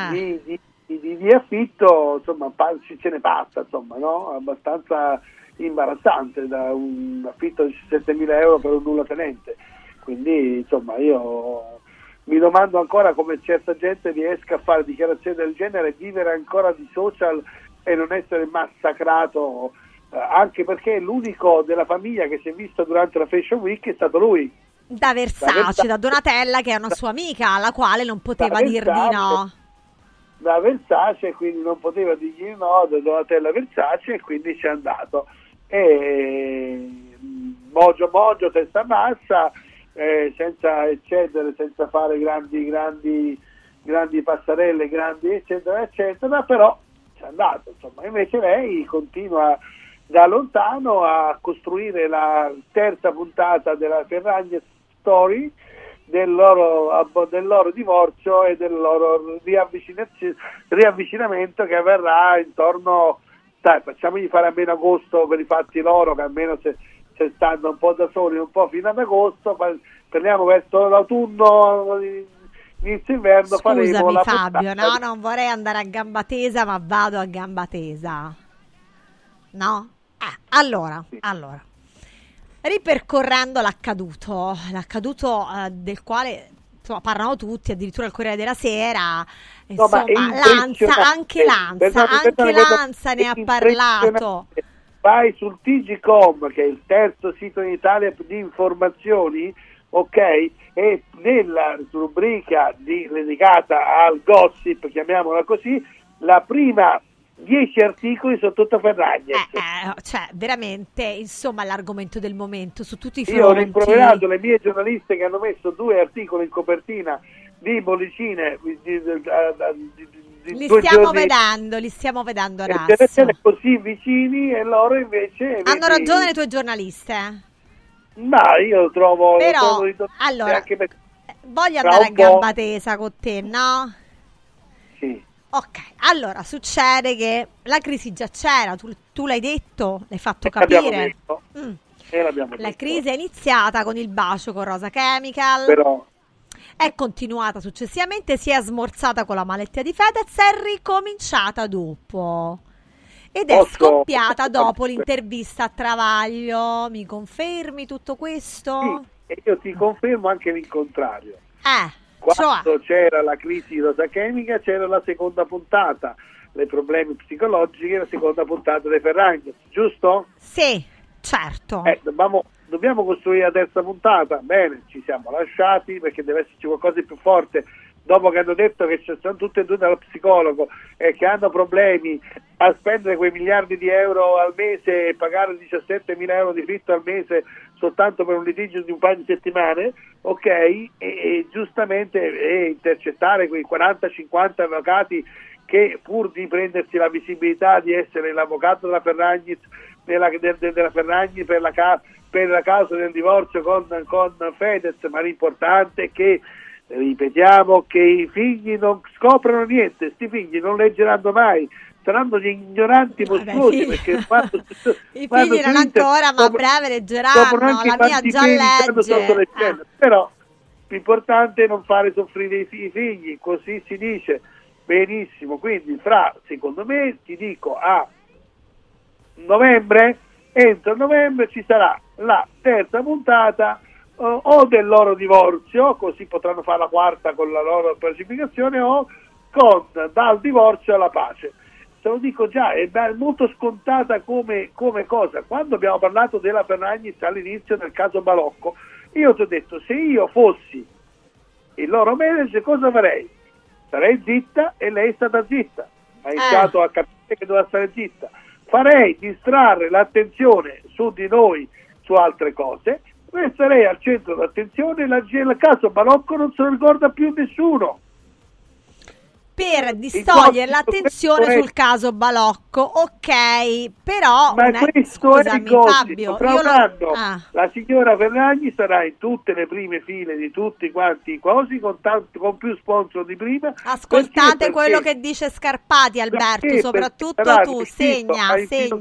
di affitto, insomma, ce ne passa, insomma, no? Abbastanza imbarazzante, da un affitto di 17.000 euro per un nullatenente. Quindi, insomma, io mi domando ancora come certa gente riesca a fare dichiarazioni del genere e vivere ancora di social e non essere massacrato, anche perché l'unico della famiglia che si è visto durante la Fashion Week è stato lui. Da Versace, da Donatella, che è una sua amica, alla quale non poteva dir di no. Da Versace, quindi non poteva dirgli no, da Donatella Versace, e quindi ci è andato. E mogio testa bassa, senza eccedere, senza fare grandi passerelle, grandi eccetera, però ci è andato, insomma. Invece lei continua da lontano a costruire la terza puntata della Ferragni Story, del loro divorzio e del loro riavvicinamento, che avverrà intorno, facciamogli fare almeno agosto per i fatti loro, che almeno se stanno un po' da soli, un po' fino ad agosto, parliamo verso l'autunno, inizio inverno. Scusami Fabio, no, non vorrei andare a gamba tesa, ma vado a gamba tesa, no? Allora, ripercorrendo l'accaduto del quale parlano tutti, addirittura il Corriere della Sera, insomma, anche Lanza ne ha parlato. Vai sul TGcom, che è il terzo sito in Italia di informazioni, ok? E nella rubrica dedicata al gossip, chiamiamola così, la prima 10 articoli sono tutto Ferragnez. Cioè, veramente, insomma, l'argomento del momento su tutti i fronti. Io ho rimproverato le mie giornaliste che hanno messo 2 articoli in copertina di bollicine li stiamo vedendo adesso. Così vicini, e loro invece hanno ragione le tue giornaliste. Ma io trovo. Però allora anche voglio andare a gamba tesa con te, no? Sì. Ok, allora succede che la crisi già c'era, tu l'hai detto, l'hai fatto capire. La crisi è iniziata con il bacio con Rosa Chemical, però è continuata successivamente, si è smorzata con la malattia di Fedez, è ricominciata dopo ed è scoppiata dopo l'intervista a Travaglio. Mi confermi tutto questo? Sì, e io ti confermo anche il contrario. Quando c'era la crisi Rosa Chemica c'era la seconda puntata, i problemi psicologici, la seconda puntata dei Ferragni, giusto? Sì, certo. Dobbiamo costruire la terza puntata. Bene, ci siamo lasciati perché deve esserci qualcosa di più forte. Dopo che hanno detto che sono tutte e due dallo psicologo e che hanno problemi a spendere quei miliardi di euro al mese e pagare 17.000 euro di fitto al mese soltanto per un litigio di un paio di settimane, ok, e giustamente intercettare quei 40-50 avvocati che pur di prendersi la visibilità di essere l'avvocato della Ferragni, della Ferragni per la causa del divorzio con Fedez, ma l'importante è che, ripetiamo, che i figli non scoprano niente, sti figli non leggeranno mai, saranno gli ignoranti mostruosi, perché i figli non ancora, ma a breve leggeranno, la mia già legge. Però l'importante è non fare soffrire i figli, così si dice. Benissimo, quindi secondo me, ti dico, a novembre, entro novembre ci sarà la terza puntata o del loro divorzio, così potranno fare la quarta con la loro pacificazione, o con dal divorzio alla pace. Te lo dico già, è molto scontata come cosa. Quando abbiamo parlato della Ferragni all'inizio del caso Balocco, io ti ho detto, se io fossi il loro manager cosa farei? Sarei zitta, e lei è stata zitta, ha iniziato a capire che doveva stare zitta. Farei distrarre l'attenzione su di noi, su altre cose, e sarei al centro d'attenzione. Il caso Balocco non se lo ricorda più nessuno, per distogliere l'attenzione sul caso Balocco, ok, però scusami Fabio, fra un anno la signora Ferragni sarà in tutte le prime file di tutti quanti i cosi, con più sponsor di prima. Ascoltate quello che dice Scarpati, Alberto, soprattutto tu, segna.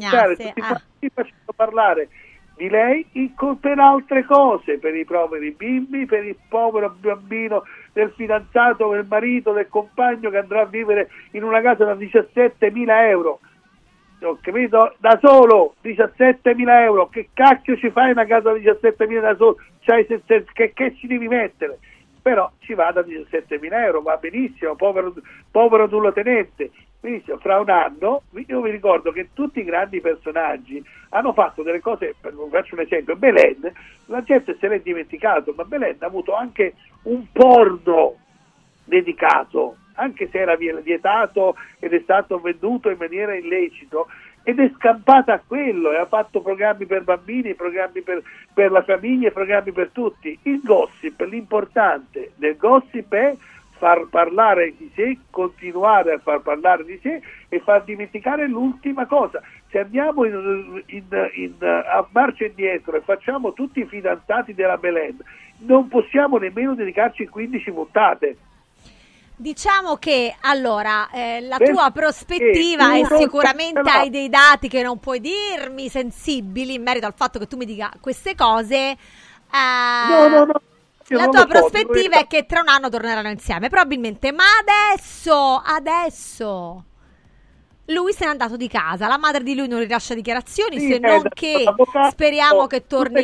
Facendo parlare di lei per altre cose, per i poveri bimbi, per il povero bambino del fidanzato, del marito, del compagno che andrà a vivere in una casa da 17.000 euro. Ho capito? Da solo 17.000 euro. Che cacchio ci fai una casa da 17.000 da solo? Che ci devi mettere? Però ci va da 17.000 euro, va benissimo, povero luogotenente. Benissimo, fra un anno, io vi ricordo che tutti i grandi personaggi hanno fatto delle cose, faccio un esempio, Belen, la gente se l'è dimenticato, ma Belen ha avuto anche un porno dedicato, anche se era vietato ed è stato venduto in maniera illecito, ed è scampata a quello, e ha fatto programmi per bambini, programmi per la famiglia, programmi per tutti. Il gossip, l'importante del gossip è far parlare di sé, continuare a far parlare di sé e far dimenticare l'ultima cosa. Se andiamo a marcia indietro e facciamo tutti i fidanzati della Belen, non possiamo nemmeno dedicarci 15 puntate. Diciamo che allora la tua prospettiva è sicuramente, hai dei dati che non puoi dirmi sensibili in merito al fatto che tu mi dica queste cose. No. La tua prospettiva è che tra un anno torneranno insieme, probabilmente, ma adesso lui se n'è andato di casa, la madre di lui non rilascia dichiarazioni, se non che speriamo che torni.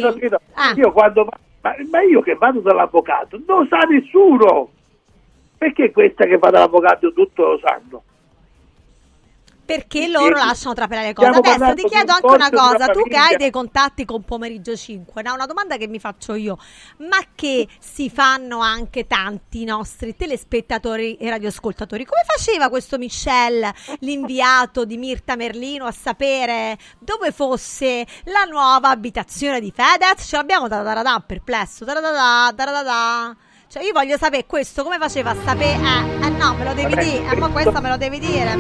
Io che vado dall'avvocato non sa nessuno, perché questa che va dall'avvocato tutto lo sanno? Perché loro lasciano trapelare le cose. Adesso ti chiedo anche una cosa, tu che hai dei contatti con Pomeriggio 5, no? Una domanda che mi faccio io, ma che si fanno anche tanti nostri telespettatori e radioascoltatori, come faceva questo Michel, l'inviato di Mirta Merlino, a sapere dove fosse la nuova abitazione di Fedez? Ce l'abbiamo perplesso, cioè io voglio sapere questo, come faceva a sapere? No, me lo devi dire, ma questo me lo devi dire.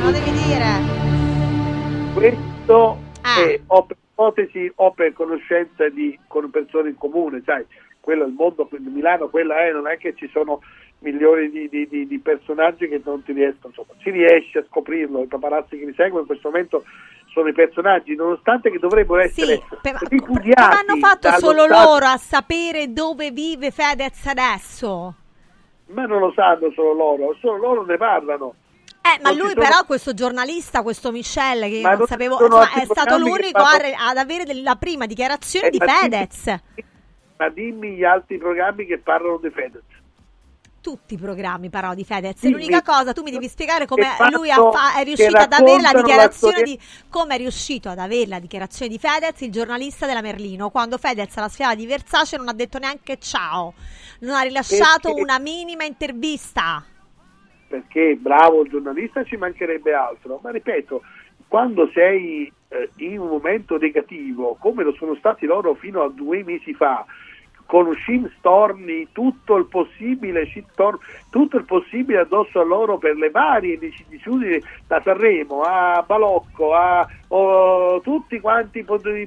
Questo è o per ipotesi o per conoscenza con persone in comune, sai, quello è il mondo di Milano, non è che ci sono milioni di personaggi che non ti riescono, insomma, si riesce a scoprirlo. I paparazzi che mi seguono in questo momento sono i personaggi, nonostante che dovrebbero essere ripudiati. Come hanno fatto solo loro a sapere dove vive Fedez adesso? Ma non lo sanno solo loro ne parlano. Ma lui però, questo giornalista, questo Michel, che io non sapevo, è stato l'unico ad avere la prima dichiarazione di Fedez. Ma dimmi gli altri programmi che parlano di Fedez. Tutti i programmi parlano di Fedez. L'unica cosa, tu mi devi spiegare come lui è riuscito ad avere la dichiarazione come è riuscito ad avere la dichiarazione di Fedez, il giornalista della Merlino, quando Fedez alla sfilata di Versace non ha detto neanche ciao, non ha rilasciato una minima intervista. Perché bravo il giornalista, ci mancherebbe altro, ma ripeto, quando sei in un momento negativo, come lo sono stati loro fino a 2 mesi fa, con shitstorm, tutto il possibile addosso a loro per le varie vicissitudini, da Sanremo a Balocco a tutti quanti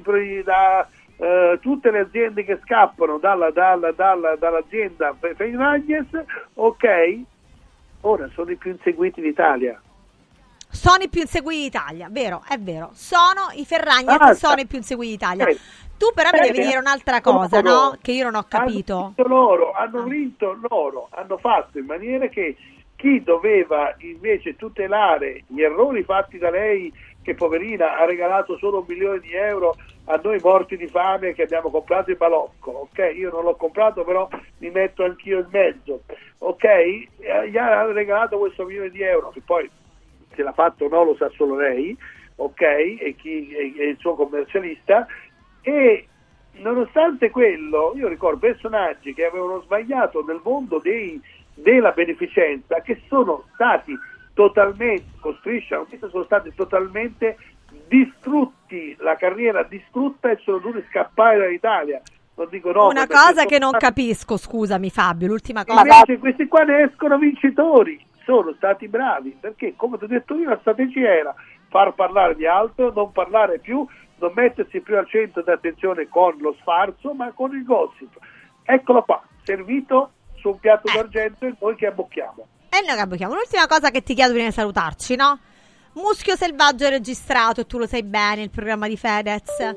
tutte le aziende che scappano dall'azienda Feynagnes, ok, ora sono i più inseguiti d'Italia. Sono i più inseguiti d'Italia, vero, è vero. Sono i Ferragni che sono i più inseguiti d'Italia. Tu però mi devi dire un'altra cosa, no? Che io non ho capito. Hanno vinto loro, hanno fatto in maniera che chi doveva invece tutelare gli errori fatti da lei, che poverina ha regalato solo 1 milione di euro a noi morti di fame che abbiamo comprato il balocco, ok? Io non l'ho comprato, però mi metto anch'io in mezzo, ok? Gli ha regalato questo 1 milione di euro, che poi se l'ha fatto o no lo sa solo lei, ok? E chi è il suo commercialista. E nonostante quello, io ricordo personaggi che avevano sbagliato nel mondo della beneficenza, che sono stati totalmente, con Striscia, sono stati totalmente distrutti, la carriera distrutta, e sono dovuti scappare dall'Italia. Non dico no, una cosa che non capisco, scusami Fabio, l'ultima cosa. Invece questi qua ne escono vincitori, sono stati bravi, perché come ti ho detto io la strategia era far parlare di altro, non parlare più, non mettersi più al centro d'attenzione con lo sfarzo, ma con il gossip. Eccolo qua, servito su un piatto d'argento, e noi che abbocchiamo. L'ultima cosa che ti chiedo prima di salutarci, no? Muschio selvaggio è registrato, tu lo sai bene, il programma di Fedez.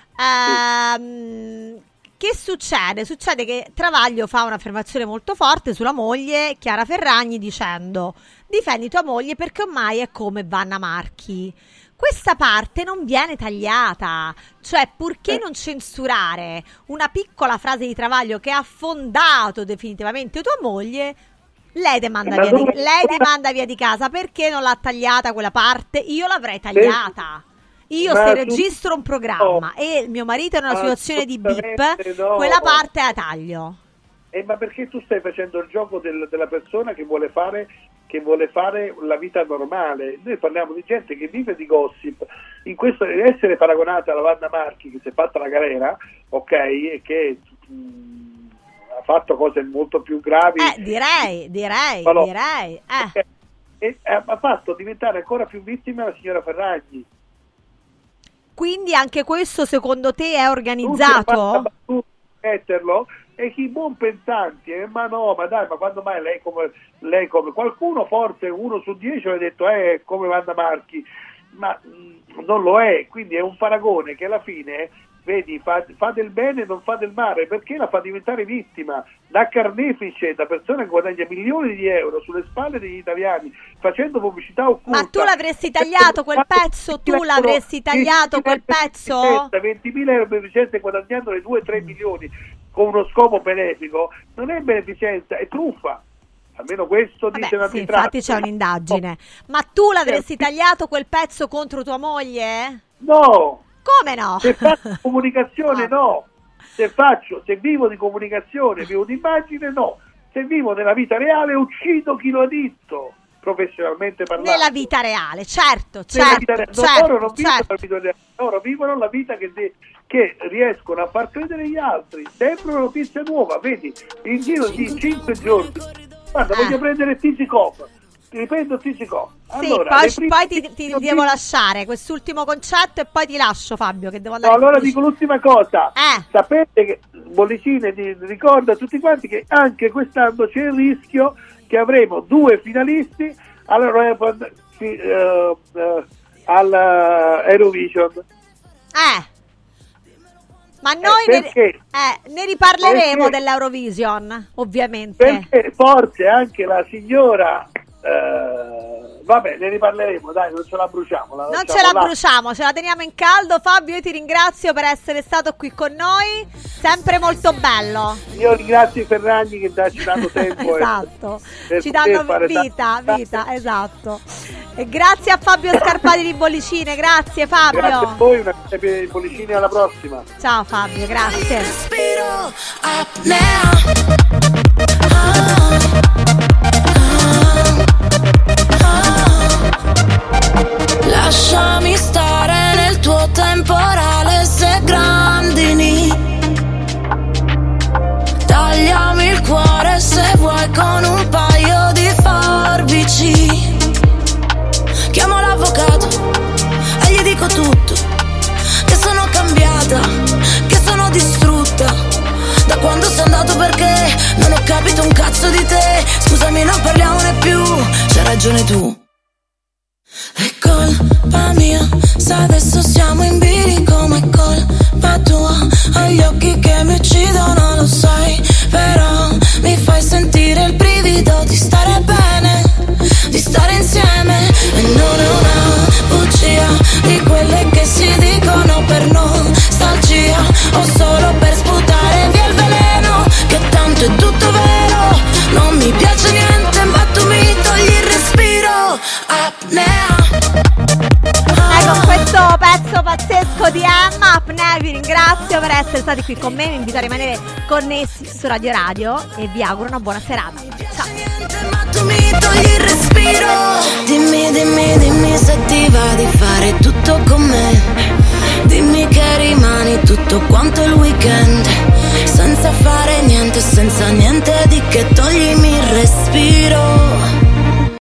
Che succede? Succede che Travaglio fa un'affermazione molto forte sulla moglie Chiara Ferragni, dicendo: difendi tua moglie perché ormai è come Vanna Marchi. Questa parte non viene tagliata, cioè purché non censurare una piccola frase di Travaglio che ha affondato definitivamente tua moglie, lei ti manda via di casa. Perché non l'ha tagliata quella parte? Io l'avrei tagliata. Io se registro un programma e il mio marito è in una situazione di bip, quella parte la taglio. Ma perché tu stai facendo il gioco della persona che vuole fare la vita normale? Noi parliamo di gente che vive di gossip. In questo deve essere paragonata alla Vanna Marchi, che si è fatta la galera, ok, e che ha fatto cose molto più gravi. Direi. Okay. E ha fatto diventare ancora più vittima la signora Ferragni. Quindi anche questo secondo te è organizzato? Metterlo, e chi buon pensanti, ma quando mai lei come qualcuno, forse 1 su 10 ha detto come Vanna Marchi, ma non lo è. Quindi è un paragone che alla fine, vedi, fa del bene, non fa del male, perché la fa diventare vittima, da carnefice, da persona che guadagna milioni di euro sulle spalle degli italiani, facendo pubblicità occulta. Ma tu l'avresti tagliato quel pezzo? 20.000 euro beneficenza, guadagnandole 2-3 milioni con uno scopo benefico, non è beneficenza, è truffa. Almeno questo dice la infatti c'è un'indagine. Ma tu l'avresti tagliato quel pezzo contro tua moglie? No. Come no? Se faccio comunicazione no. Se vivo di comunicazione, vivo di immagine, no. Se vivo nella vita reale, uccido chi lo ha detto, professionalmente parlando. Nella vita reale, certo. Loro non vivono la vita reale, loro vivono la vita che riescono a far credere gli altri. Sempre una notizia nuova, vedi, in giro di 5 giorni. Guarda, voglio prendere Tisicop. Ti ripeto Tisicop. Allora, poi ti devo lasciare quest'ultimo concetto e poi ti lascio, Fabio, che devo andare. No, allora dico l'ultima cosa. Sapete che Bollicine ricorda a tutti quanti che anche quest'anno c'è il rischio che avremo 2 finalisti all'Eurovision. Ma noi ne riparleremo dell'Eurovision, ovviamente. Perché forse anche la signora vabbè, ne riparleremo, dai, non ce la bruciamo. Bruciamo, ce la teniamo in caldo. Fabio, io ti ringrazio per essere stato qui con noi, sempre molto bello. Io ringrazio i Ferragni che ci danno tempo. Esatto, ci danno vita, esatto. E grazie a Fabio Scarpati di Bollicine, grazie Fabio. Grazie a voi, una di Bollicine, alla prossima. Ciao Fabio, grazie. La Lasciami stare nel tuo temporale se grandini. Tagliami il cuore se vuoi con un paio di forbici. Chiamo l'avvocato e gli dico tutto, che sono cambiata, che sono distrutta da quando sei andato, perché non ho capito un cazzo di te. Scusami, non parliamone più, c'hai ragione tu. È colpa mia se adesso siamo in bilico, ma è colpa tua. Ho gli occhi che mi uccidono, lo sai, però mi fai sentire il brivido di stare bene, di stare insieme. E non è una bugia di quelle che si dicono per nostalgia o solo per sputare via il veleno, che tanto è tutto vero. Non mi piace niente ma tu mi togli il respiro. Apnea. Con questo pezzo pazzesco di Emma, Apnea, vi ringrazio per essere stati qui con me. Vi invito a rimanere connessi su Radio Radio e vi auguro una buona serata. Ciao. Ma tu mi togli il respiro. Dimmi, dimmi, dimmi se ti va di fare tutto con me.